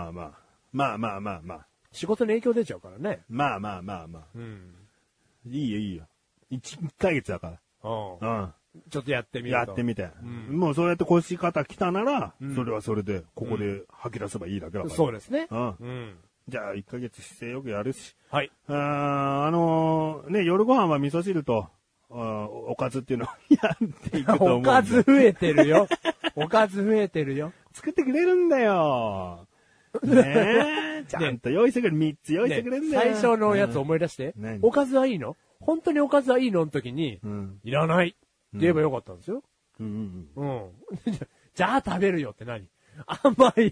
仕事に影響出ちゃうからね。 まあ。いいよ。1ヶ月だから。 ちょっとやってみると。 やってみて。もうそうやって腰肩来たなら、それはそれで、ここで吐き出せばいいだけだから。 そうですね。 じゃあ1ヶ月姿勢よくやるし。 はい。 夜ご飯は味噌汁と、おかずっていうのをやっていくと思う。 おかず増えてるよ。おかず増えてるよ。 作ってくれるんだよ。ねえ。ちゃんと用意してくれる。3つ用意してくれるんだよ。 最初のやつ思い出して。おかずはいいの？本当におかずはいいのの時に、いらないって言えばよかったんですよ。じゃあ食べるよって何？甘い。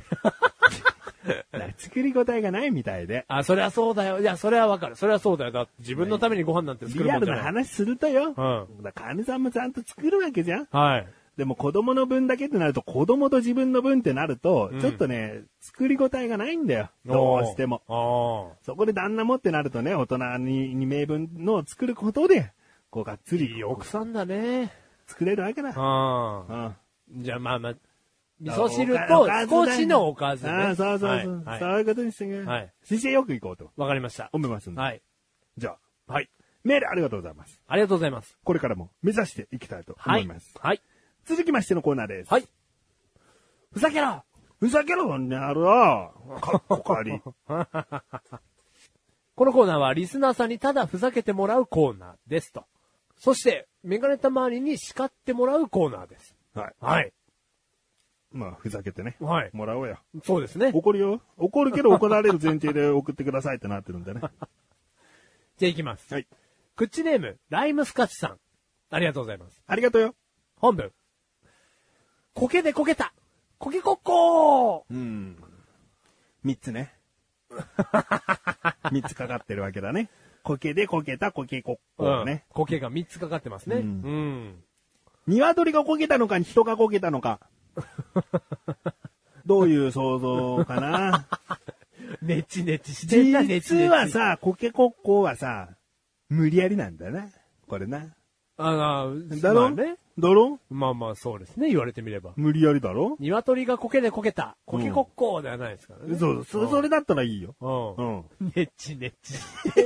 作り応えがないみたいで。 それはそうだよ。いや、それはわかる。それはそうだよ。だって自分のためにご飯なんて作るもんじゃない。 リアルな話するとよ。かみさんもちゃんと作るわけじゃん。 はい。 でも子供の分だけってなると、子供と自分の分ってなると、ちょっとね、作り応えがないんだよ。どうしても。そこで旦那もってなるとね、大人に2名分のを作ることで、がっつり。 いい奥さんだね。 作れるわけだ。 じゃあまあ、味噌汁と少しのおかずね。 そう。そういうことにしてね。姿勢よく行こうと。 わかりました。 思いますんで。 はい。 じゃあ。はい。メールありがとうございます。 ありがとうございます。 これからも目指していきたいと思います。 はい。 続きましてのコーナーです。 はい。ふざけろね、あるわ。かっこかり。 このコーナーはリスナーさんにただふざけてもらうコーナーですと。そして、メガネた周りに叱ってもらうコーナーです。はい。 まあ、ふざけてね。 はい。 もらおうよ。 そうですね。 怒るよ。怒るけど怒られる前提で送ってくださいってなってるんでね。 じゃあ行きます。 はい。 クッチネーム、ライムスカッチさん。ありがとうございます。 ありがとうよ。 本文。コケでコケた。コケコッコー。3つね。3つかかってるわけだね。コケでコケたコケコッコーね。 コケが3つかかってますね。 鶏がこけたのか人がこけたのか。どういう想像かな。 ネチネチしてんな、ネチネチ。 実はさ、コケコッコーはさ、無理やりなんだな。これな。 だろ、 まあね。だろまあまあそうですね、言われてみれば。 無理やりだろ鶏がコケでコケた。コケコッコーではないですからね。 そう、それだったらいいよ。 うん。ネチネチ。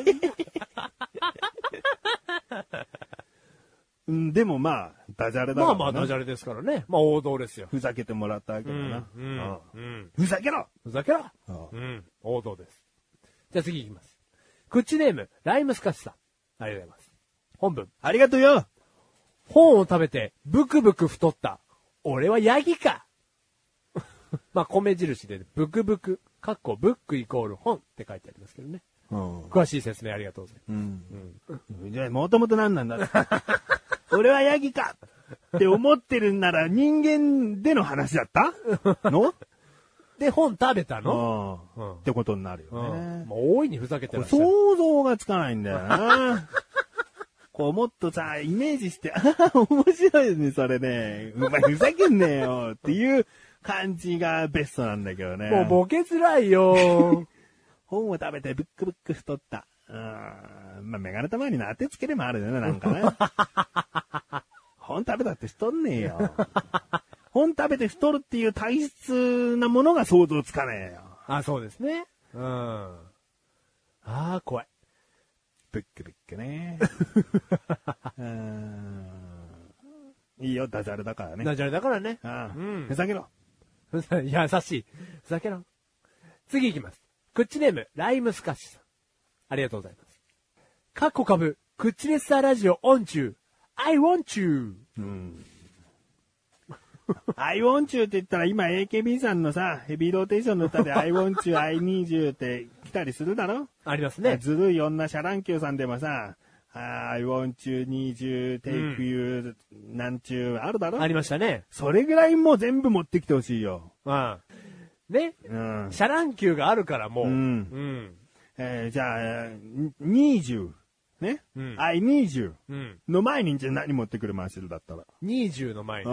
でもまあ、ダジャレだから。 まあまあダジャレですからね。まあ王道ですよ。 ふざけてもらったわけだな。 ふざけろふざけろ王道です。じゃあ次行きます。クッチネーム、ライムスカッシュさん。ありがとうございます。本文。 ありがとうよ。 本を食べて、ブクブク太った。俺はヤギか。まあ、米印で、ブクブク、ブックイコール本って書いてありますけどね。詳しい説明ありがとうございます。 じゃあ、もともと何なんだ俺はヤギかって思ってるんなら人間での話だったので、本食べたのってことになるよね。 もう大いにふざけてらっしゃる。 想像がつかないんだよな。こうもっとさ、イメージして、面白いね、それね。お前ふざけんねえよっていう感じがベストなんだけどね。 もうボケづらいよ。 本を食べてブックブック太った。まあ、メガネたまになってつけでもあるよね、なんかね。本食べたって太んねえよ。本食べて太るっていう体質なものが想像つかねえよ。 あ、そうですね。怖い。 ブックブックね。いいよ、ダジャレだからね。 ダジャレだからね。 ふざけろ。 優しい。ふざけろ。次行きます。クッチネーム、ライムスカッシュさん。ありがとうございます。カッコ株、クッチレッサーラジオオン中。I want you. I want you って言ったら今 AKB さんのさ、ヘビーローテーションの歌で I want you, I need you って来たりするだろ？ ありますね。 ずるい女シャランキューさんでもさ、I want you, need you, take you, なんちゅうあるだろ？ ありましたね。 それぐらいもう全部持ってきてほしいよ。 ね、シャランキューがあるからもう。 じゃあ、need you. ね、I need you の前にじゃ何持ってくるマーシルだったら。 20の前に。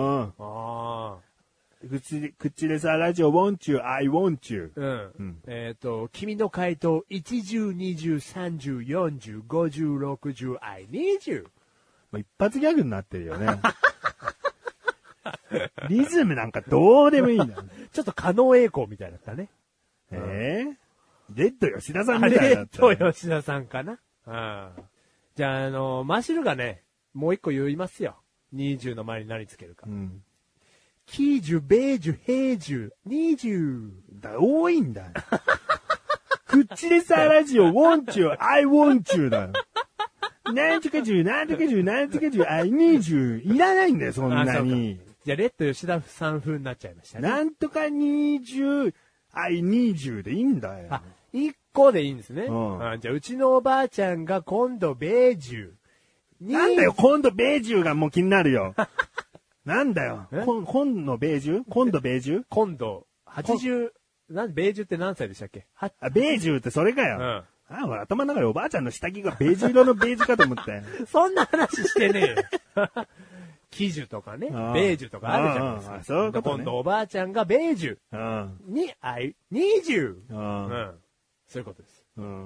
クッチレサーラジオ want you, I want you. 君の回答、1、10、20、30、40、50、60、I need you. 一発ギャグになってるよね。リズムなんかどうでもいいんだよ。 ちょっと加納栄光みたいだったね。 レッド吉田さんみたいだった。 レッド吉田さんかな。じゃあ、マシルがね、もう一個言いますよ。20の前に何つけるか。キージュ、ベージュ、ヘージュ、20。 多いんだよ。クッチレサーラジオ、want you, I want you だよ。なんとか10、なんとか10、なんとか10、I need you。いらないんだよ、そんなに。 じゃあ、レッド吉田さん風になっちゃいましたね。 なんとか20、I need you でいいんだよ。 1個でいいんですね。じゃあ、うちのおばあちゃんが今度ベージュ。 なんだよ、今度ベージュがもう気になるよ。なんだよ。今度ベージュ今度ベージュ今度、80、ベージュって何歳でしたっけ？ ベージュってそれかよ。俺頭の中でおばあちゃんの下着がベージュ色のベージュかと思って。 そんな話してねえよ。キジュとかね、ベージュとかあるじゃないですか。 そういうことね。 今度おばあちゃんがベージュに、I need you。そういうことです。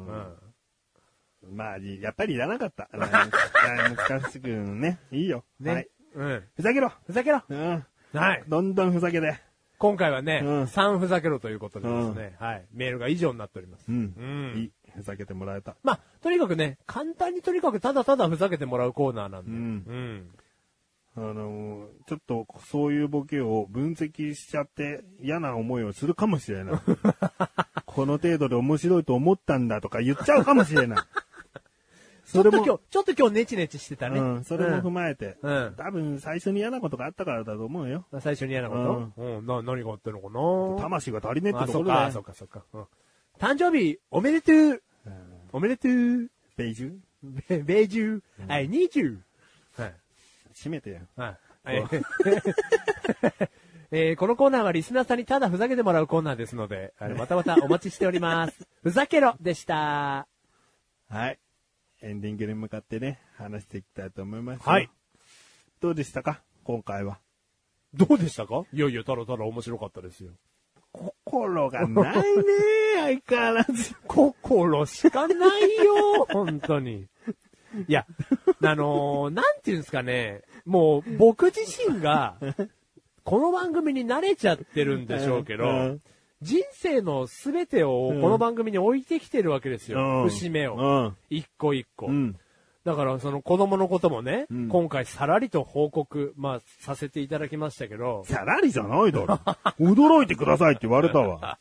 まあ、やっぱりいらなかった。難しくね。いいよ。はい。ふざけろ。 ふざけろ。 はい。どんどんふざけて。 今回はね、3ふざけろということでですね、はい。メールが以上になっております。 いい。ふざけてもらえた。 まあ、とにかくね、簡単にとにかくただただふざけてもらうコーナーなんで。 ちょっとそういうボケを分析しちゃって嫌な思いをするかもしれない。この程度で面白いと思ったんだとか言っちゃうかもしれない。 ちょっと今日ネチネチしてたね。 それも踏まえて。多分最初に嫌なことがあったからだと思うよ。 最初に嫌なこと何があったのかな？ 魂が足りねえってところだよ。 そうか。誕生日おめでとう。おめでとう。 ベージュベージュ。I need you。 閉めてよ。 このコーナーはリスナーさんにただふざけてもらうコーナーですので、またお待ちしております。ふざけろでした。 はい。エンディングに向かってね、話していきたいと思います。 はい。 どうでしたか今回は。 どうでしたか？いやいや、ただただ面白かったですよ。 心がないね、相変わらず。 心しかないよ、本当に。いや、なんていうんですかね、もう僕自身が、この番組に慣れちゃってるんでしょうけど、人生のすべてをこの番組に置いてきてるわけですよ。節目を。一個一個。だからその子供のこともね、今回さらりと報告、させていただきましたけど。 さらりじゃないだろ。驚いてくださいって言われたわ。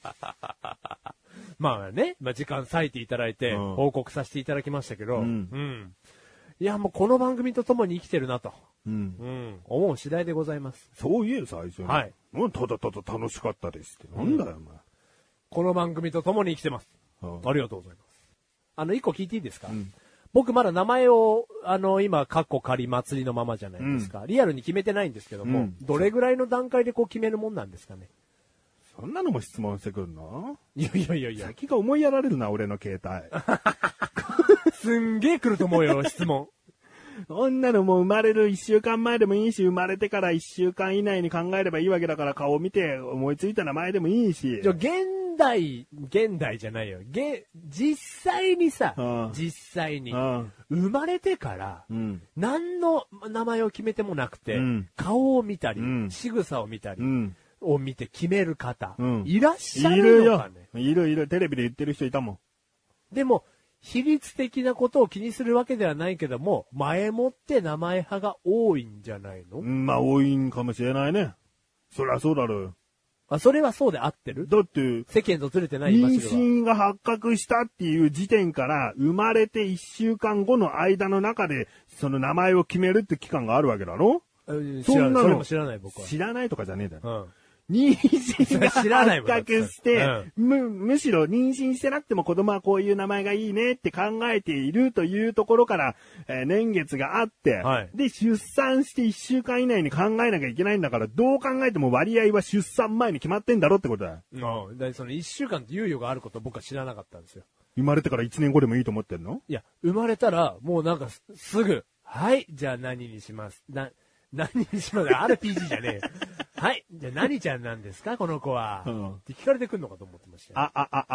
時間割いていただいて、報告させていただきましたけど、いや、もうこの番組と共に生きてるなと。思う次第でございます。 そう言え、最初に。 はい。 ただただ楽しかったですって。なんだよ、お前。 この番組と共に生きてます。ありがとうございます。一個聞いていいですか？僕まだ名前を、今、カッコ仮祭りのままじゃないですか。リアルに決めてないんですけども、どれぐらいの段階でこう決めるもんなんですかね。 そんなのも質問してくるの？ いや。 先が思いやられるな、俺の携帯。 すんげえ来ると思うよ、質問。 女のもう生まれる1週間前でもいいし、生まれてから1週間以内に考えればいいわけだから、顔を見て思いついた名前でもいいし。 じゃあ、現代じゃないよ。実際にさ、生まれてから、何の名前を決めてもなくて、顔を見たり、仕草を見たり、を見て決める方、いらっしゃるのかね。 いる。テレビで言ってる人いたもん。 でも、比率的なことを気にするわけではないけども、前もって名前派が多いんじゃないの？ 多いんかもしれないね。そりゃそうだろう。 それはそうで合ってる？ だって、 世間とずれてない妊娠が発覚したっていう時点から、生まれて1週間後の間の中で、その名前を決めるって期間があるわけだろ？ そんなのも知らない、僕は。 知らないとかじゃねえだよ。妊娠が発覚して、むしろ妊娠してなくても子供はこういう名前がいいねって考えているというところから、年月があって、で、出産して1週間以内に考えなきゃいけないんだから、どう考えても割合は出産前に決まってんだろってことだよ。 その1週間って猶予があることを僕は知らなかったんですよ。 生まれてから1年後でもいいと思ってんの？ いや、生まれたら、もうなんかすぐ、はい、じゃあ何にします。何にします？ RPG じゃねえ。はい。じゃあ何ちゃんなんですかこの子は。って聞かれてくんのかと思ってました。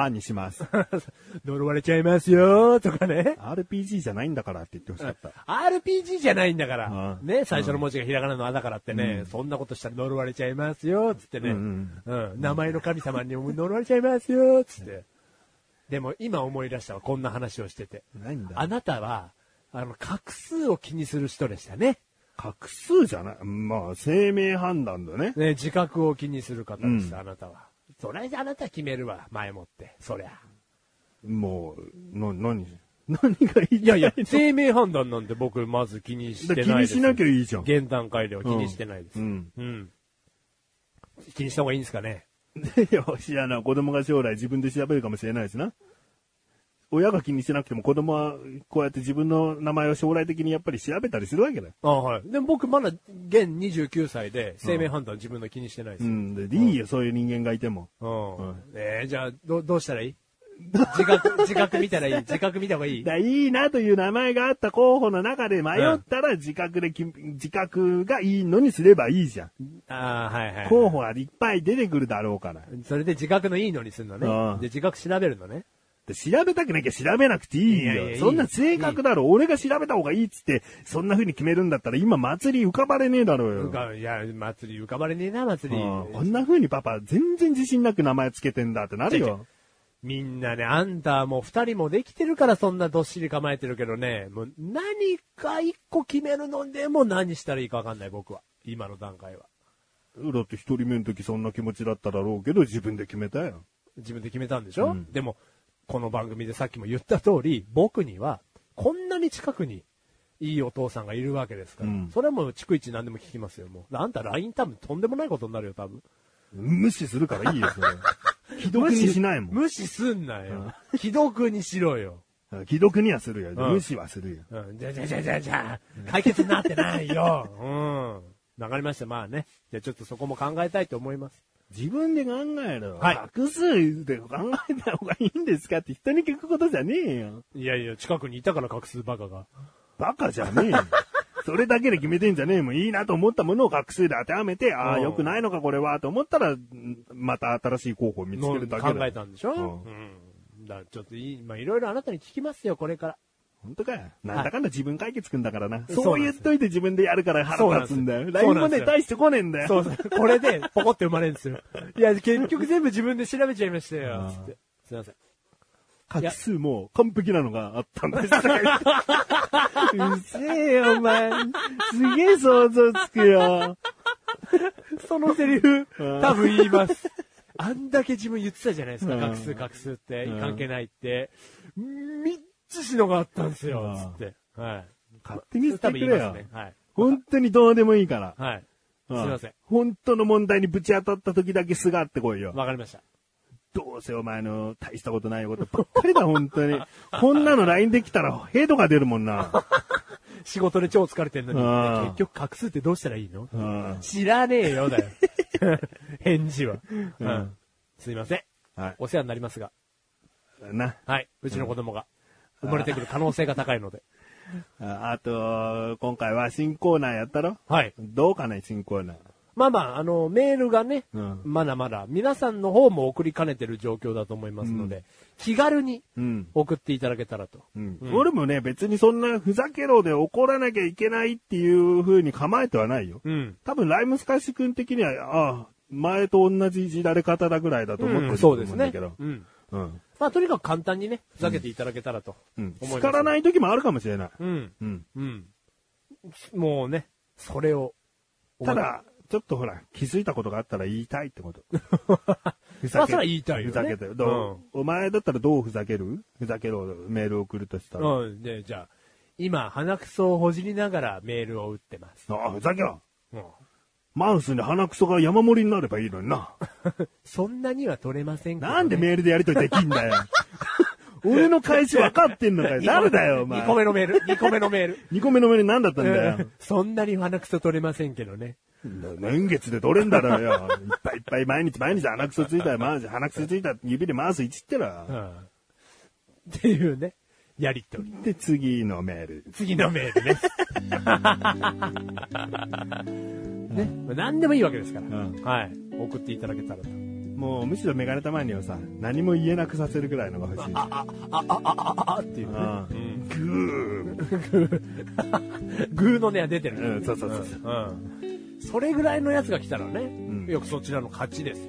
にします。 呪われちゃいますよとかね。 RPG じゃないんだからって言ってほしかった。 RPG じゃないんだから。ね、最初の文字がひらがなのあだからってね、そんなことしたら呪われちゃいますよつってね。名前の神様にも呪われちゃいますよつって。でも今思い出したわ、こんな話をしてて。あなたは、画数を気にする人でしたね。 画数じゃない。生命判断だね。 自覚を気にする方です、あなたは。それじゃあなた決めるわ、前もって。そりゃ。 もう、何がいい？ いや、生命判断なんて僕まず気にしてないです。 気にしなきゃいいじゃん。 現段階では気にしてないです。気にした方がいいんですかね。 いや、知らない。子供が将来自分で調べるかもしれないですな。親が気にしてなくても子供はこうやって自分の名前を将来的にやっぱり調べたりするわけだよ。 はい。でも僕まだ現29歳で生命判断自分の気にしてないです。 でいいよ、そういう人間がいても。 じゃあ、どうしたらいい？自覚見たらいい？自覚見た方がいい？ いいなという名前があった候補の中で迷ったら自覚がいいのにすればいいじゃん。候補がいっぱい出てくるだろうから。 それで自覚のいいのにするのね。で、自覚調べるのね。 調べたくなきゃ調べなくていいよ。そんな正確だろ。俺が調べた方がいいっつって、そんな風に決めるんだったら今祭り浮かばれねえだろうよ。 いや、祭り浮かばれねえな、祭り。 こんな風にパパ全然自信なく名前つけてんだってなるよ。 みんなね、あんたもう二人もできてるからそんなどっしり構えてるけどね、もう何か一個決めるのでも何したらいいかわかんない僕は。今の段階は。 だって一人目の時そんな気持ちだっただろうけど自分で決めたよ。 自分で決めたんでしょ？でも、この番組でさっきも言った通り、僕にはこんなに近くにいいお父さんがいるわけですから、それはもう逐一何でも聞きますよ、もう。あんた LINE 多分とんでもないことになるよ、多分。 無視するからいいよ、それ。既読にしないもん。 無視すんなよ。既読にしろよ。 既読にはするよ。無視はするよ。 じゃあ、解決になってないよ。わかりました、まあね。じゃあちょっとそこも考えたいと思います。 自分で考えろ。 はい。 画数で考えた方がいいんですかって人に聞くことじゃねえよ。 いやいや、近くにいたから画数バカが。 バカじゃねえよ。 それだけで決めてんじゃねえもん。いいなと思ったものを画数で当てはめて、ああ、 うん良くないのかこれはと思ったら、また新しい候補を見つけるだけだ。 考えたんでしょ。だからちょっとまあいろいろあなたに聞きますよ、これから。 本当かよ。なんだかんだ自分解決くんだからな。 はいそう言っといて自分でやるから腹立つんだよ。LINE もね、大して来ねえんだよ。 そうそう。これで、ポコって生まれるんですよ。いや、結局全部自分で調べちゃいましたよ。つって。すいません。 画数も完璧なのがあったんです。うせえよ、お前。すげえ想像つくよ。 そのセリフ、多分言います。あんだけ自分言ってたじゃないですか。画数って関係ないって。3つしのがあったんですよ。つって。はい。 勝手にしてくれよ。 ね、はい。 本当にどうでもいいから。 はい。すいません。 本当の問題にぶち当たった時だけすがってこいよ。 わかりました。 どうせお前の大したことないことばっかりだ、本当に。こんなの LINE できたらヘドが出るもんな。 仕事で超疲れてんのに、結局画数ってどうしたらいいの？知らねえよ、だよ。返事は。すいません。はい。お世話になりますが。はい。うちの子供が生まれてくる可能性が高いので。 あと、今回は新コーナーやったろ？ はい。 どうかね、新コーナー。 まあまあ、メールがね、まだまだ、皆さんの方も送りかねてる状況だと思いますので、気軽に送っていただけたらと。 俺もね、別にそんなふざけろで怒らなきゃいけないっていう風に構えてはないよ。多分、ライムスカッシュ君的には、前と同じいじられ方だぐらいだと思ってると思うんだけど。 まあ、とにかく簡単にね、ふざけていただけたらと思います。 叱らない時もあるかもしれない。 もうね、それを。 ただ、ちょっとほら、気づいたことがあったら言いたいってこと。 ふざけそれは言いたいよね。 ふざけてる。お前だったらどうふざける？ふざけろ、メールを送るとしたら。 で、じゃあ、今、鼻くそをほじりながらメールを打ってます。 ふざけろ。マウスに鼻くそが山盛りになればいいのにな。 そんなには取れませんけど、ね。 なんでメールでやりとりできんだよ。俺の返し分かってんのかよ。誰だよ、お前。 2個目のメール。2個目のメール。 2個目のメール何だったんだよ。 そんなに鼻くそ取れませんけどね。 年月で取れんだろうよ。いっぱいいっぱい毎日鼻くそついたら、鼻くそついた指でマウスいじってろ。 っていうね。やりとり。 で、次のメール。 次のメールね。ね。何でもいいわけですから。はい。送っていただけたらと。 もうむしろメガネたまにはさ、何も言えなくさせるぐらいのが欲しい。 っていうね。 グーの音は出てる。 そうそうそう。 それぐらいのやつが来たらね、よくそちらの勝ちですよ。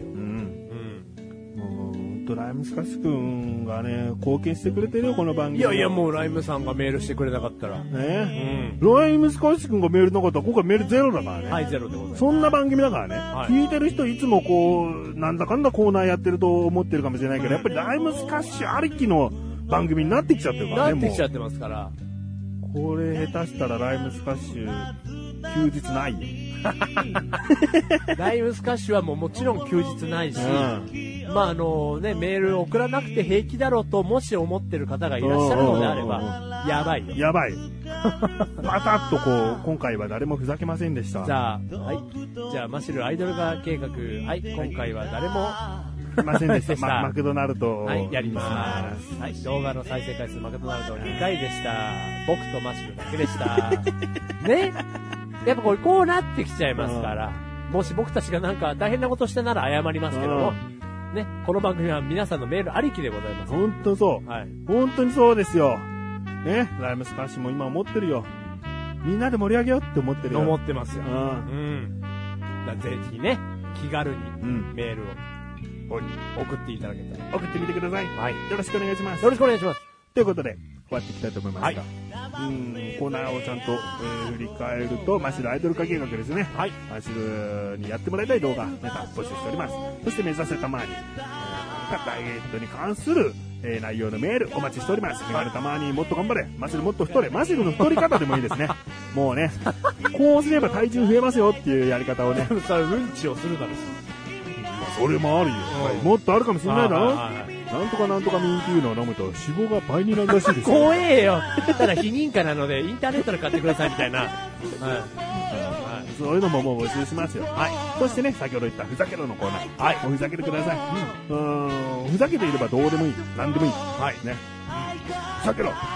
ライムスカッシュ君がね、貢献してくれてるよ、この番組。 いやいや、もうライムさんがメールしてくれなかったら。 ライムスカッシュ君がメールなかったら、今回メールゼロだからね。 はい、ゼロでございます。 そんな番組だからね。聞いてる人いつもこう、なんだかんだコーナーやってると思ってるかもしれないけど、やっぱりライムスカッシュありきの番組になってきちゃってるからね。 なってきちゃってますから。 これ下手したらライムスカッシュ、休日ないよ。 ライムスカッシュはもちろん休日ないし、まあメール送らなくて平気だろうともし思ってる方がいらっしゃるのであれば、やばいよ。 やばい。パタッと今回は誰もふざけませんでした。 じゃあ、はい。じゃあ、マシルアイドル化計画、はい、今回は誰も、 いませんでした。マクドナルド。 はい、やります。はい、動画の再生回数マクドナルド2回でした。僕とマシルだけでした。ね。やっぱこうなってきちゃいますから、もし僕たちがなんか大変なことしてなら謝りますけども、ね、この番組は皆さんのメールありきでございます。 本当そう。はい。本当にそうですよ。ね、ライムスカッシュも今思ってるよ。みんなで盛り上げようって思ってるよ。 思ってますよ。ぜひね、気軽にメールを送っていただけたら。 送ってみてください。はい。よろしくお願いします。 よろしくお願いします。 ということで、終わっていきたいと思いますが。コーナーをちゃんと、振り返ると、マシルアイドル化計画ですね。はい。マシルにやってもらいたい動画、ネタ募集しております。そして目指せたまに、ダイエットに関する、内容のメールお待ちしております。メガネたまにもっと頑張れ。マシルもっと太れ。マシルの太り方でもいいですね。もうね、こうすれば体重増えますよっていうやり方をね。 それうんちをするだろう。 それもあるよ。もっとあるかもしれないだろ。なんとかなんとかミンっていうのを飲むと脂肪が倍になるらしいですよ。 怖えよ。ただ非認可なのでインターネットで買ってくださいみたいな。 そういうのももう募集しますよ。はい。そしてね、先ほど言ったふざけろのコーナー。はい。おふざけてください。ふざけていればどうでもいい。何でもいい。はい。ね。ふざけろ。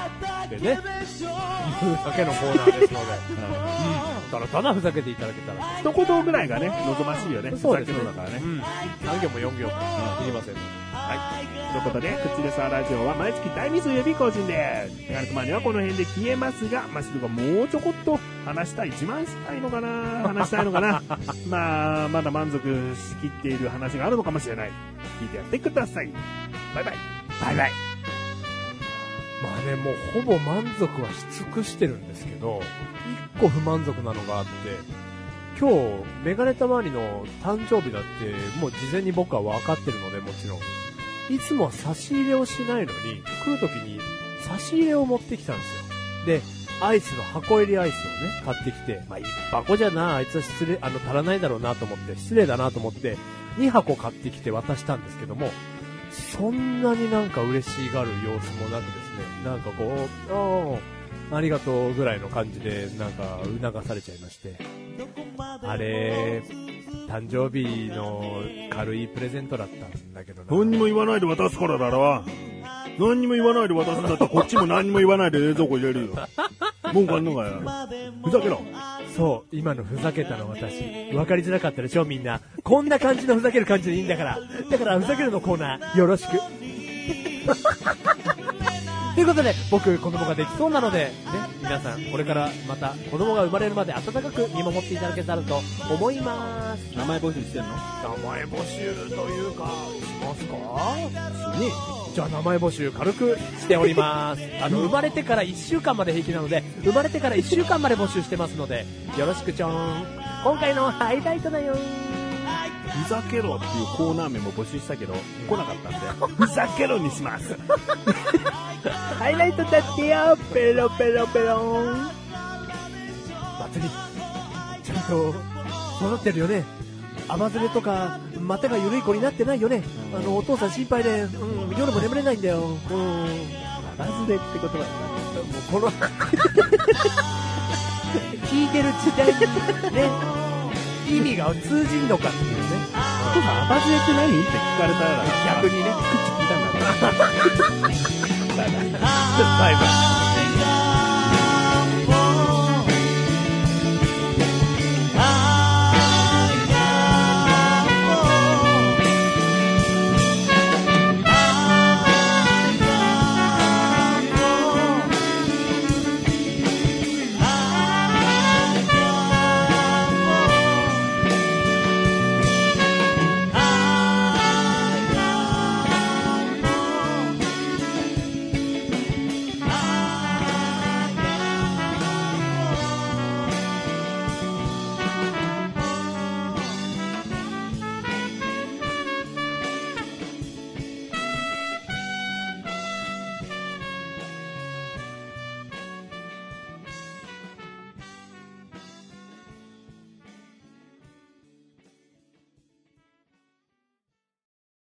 ってね、いうだけのコーナーですので、ただただふざけていただけたら。 一言ぐらいがね、望ましいよね。 そうですね。 ふざけのだからね。 3行も4行もいりません。 はい。ということで、口レサーラジオは毎月第2水曜日更新です。手軽くまではこの辺で消えますが、マシルがもうちょこっと話したい、自慢したいのかなまあ、まだ満足しきっている話があるのかもしれない。聞いてやってください。バイバイ。 バイバイ。まあね、もうほぼ満足はし尽くしてるんですけど、一個不満足なのがあって、今日、メガネたまりの誕生日だって、もう事前に僕は分かってるので、もちろん。いつもは差し入れをしないのに、来るときに差し入れを持ってきたんですよ。で、アイスの箱入りアイスをね、買ってきて、まあ、1箱じゃな、あいつは足らないだろうなと思って、失礼だなと思って、2箱買ってきて渡したんですけども、そんなになんか嬉しがる様子もなくですね、なんかこう、ありがとうぐらいの感じで、なんか促されちゃいまして、あれ、誕生日の軽いプレゼントだったんだけどな。 何にも言わないで渡すからだろ。何にも言わないで渡すんだったらこっちも何にも言わないで冷蔵庫入れるよ。文句あんのかよ。ふざけろ。 そう、今のふざけたの私。わかりづらかったでしょみんな。こんな感じのふざける感じでいいんだから。だからふざけるのコーナーよろしく。ということで、僕、子供ができそうなので、ね、皆さん、これからまた子供が生まれるまで温かく見守っていただけたらと思います。 名前募集してんの？ 名前募集というか、しますか？ね、じゃあ名前募集軽くしております。生まれてから1週間まで平気なので、生まれてから1週間まで募集してますので、よろしくちょーん。今回のハイライトだよ。 ふざけろっていうコーナー名も募集したけど、来なかったんで、ふざけろにします。 ハイライトだってよ、ペロペロペロン。 祭り、ちゃんと育ってるよね。甘ずれとか、股が緩い子になってないよね。お父さん心配で、夜も眠れないんだよ。 甘ずれって言葉だね。 もうこの、聞いてる時代にね、意味が通じんのかっていうね。 甘ずれって何って聞かれたら、 逆にね、 口聞いたんだから。 バイバイ。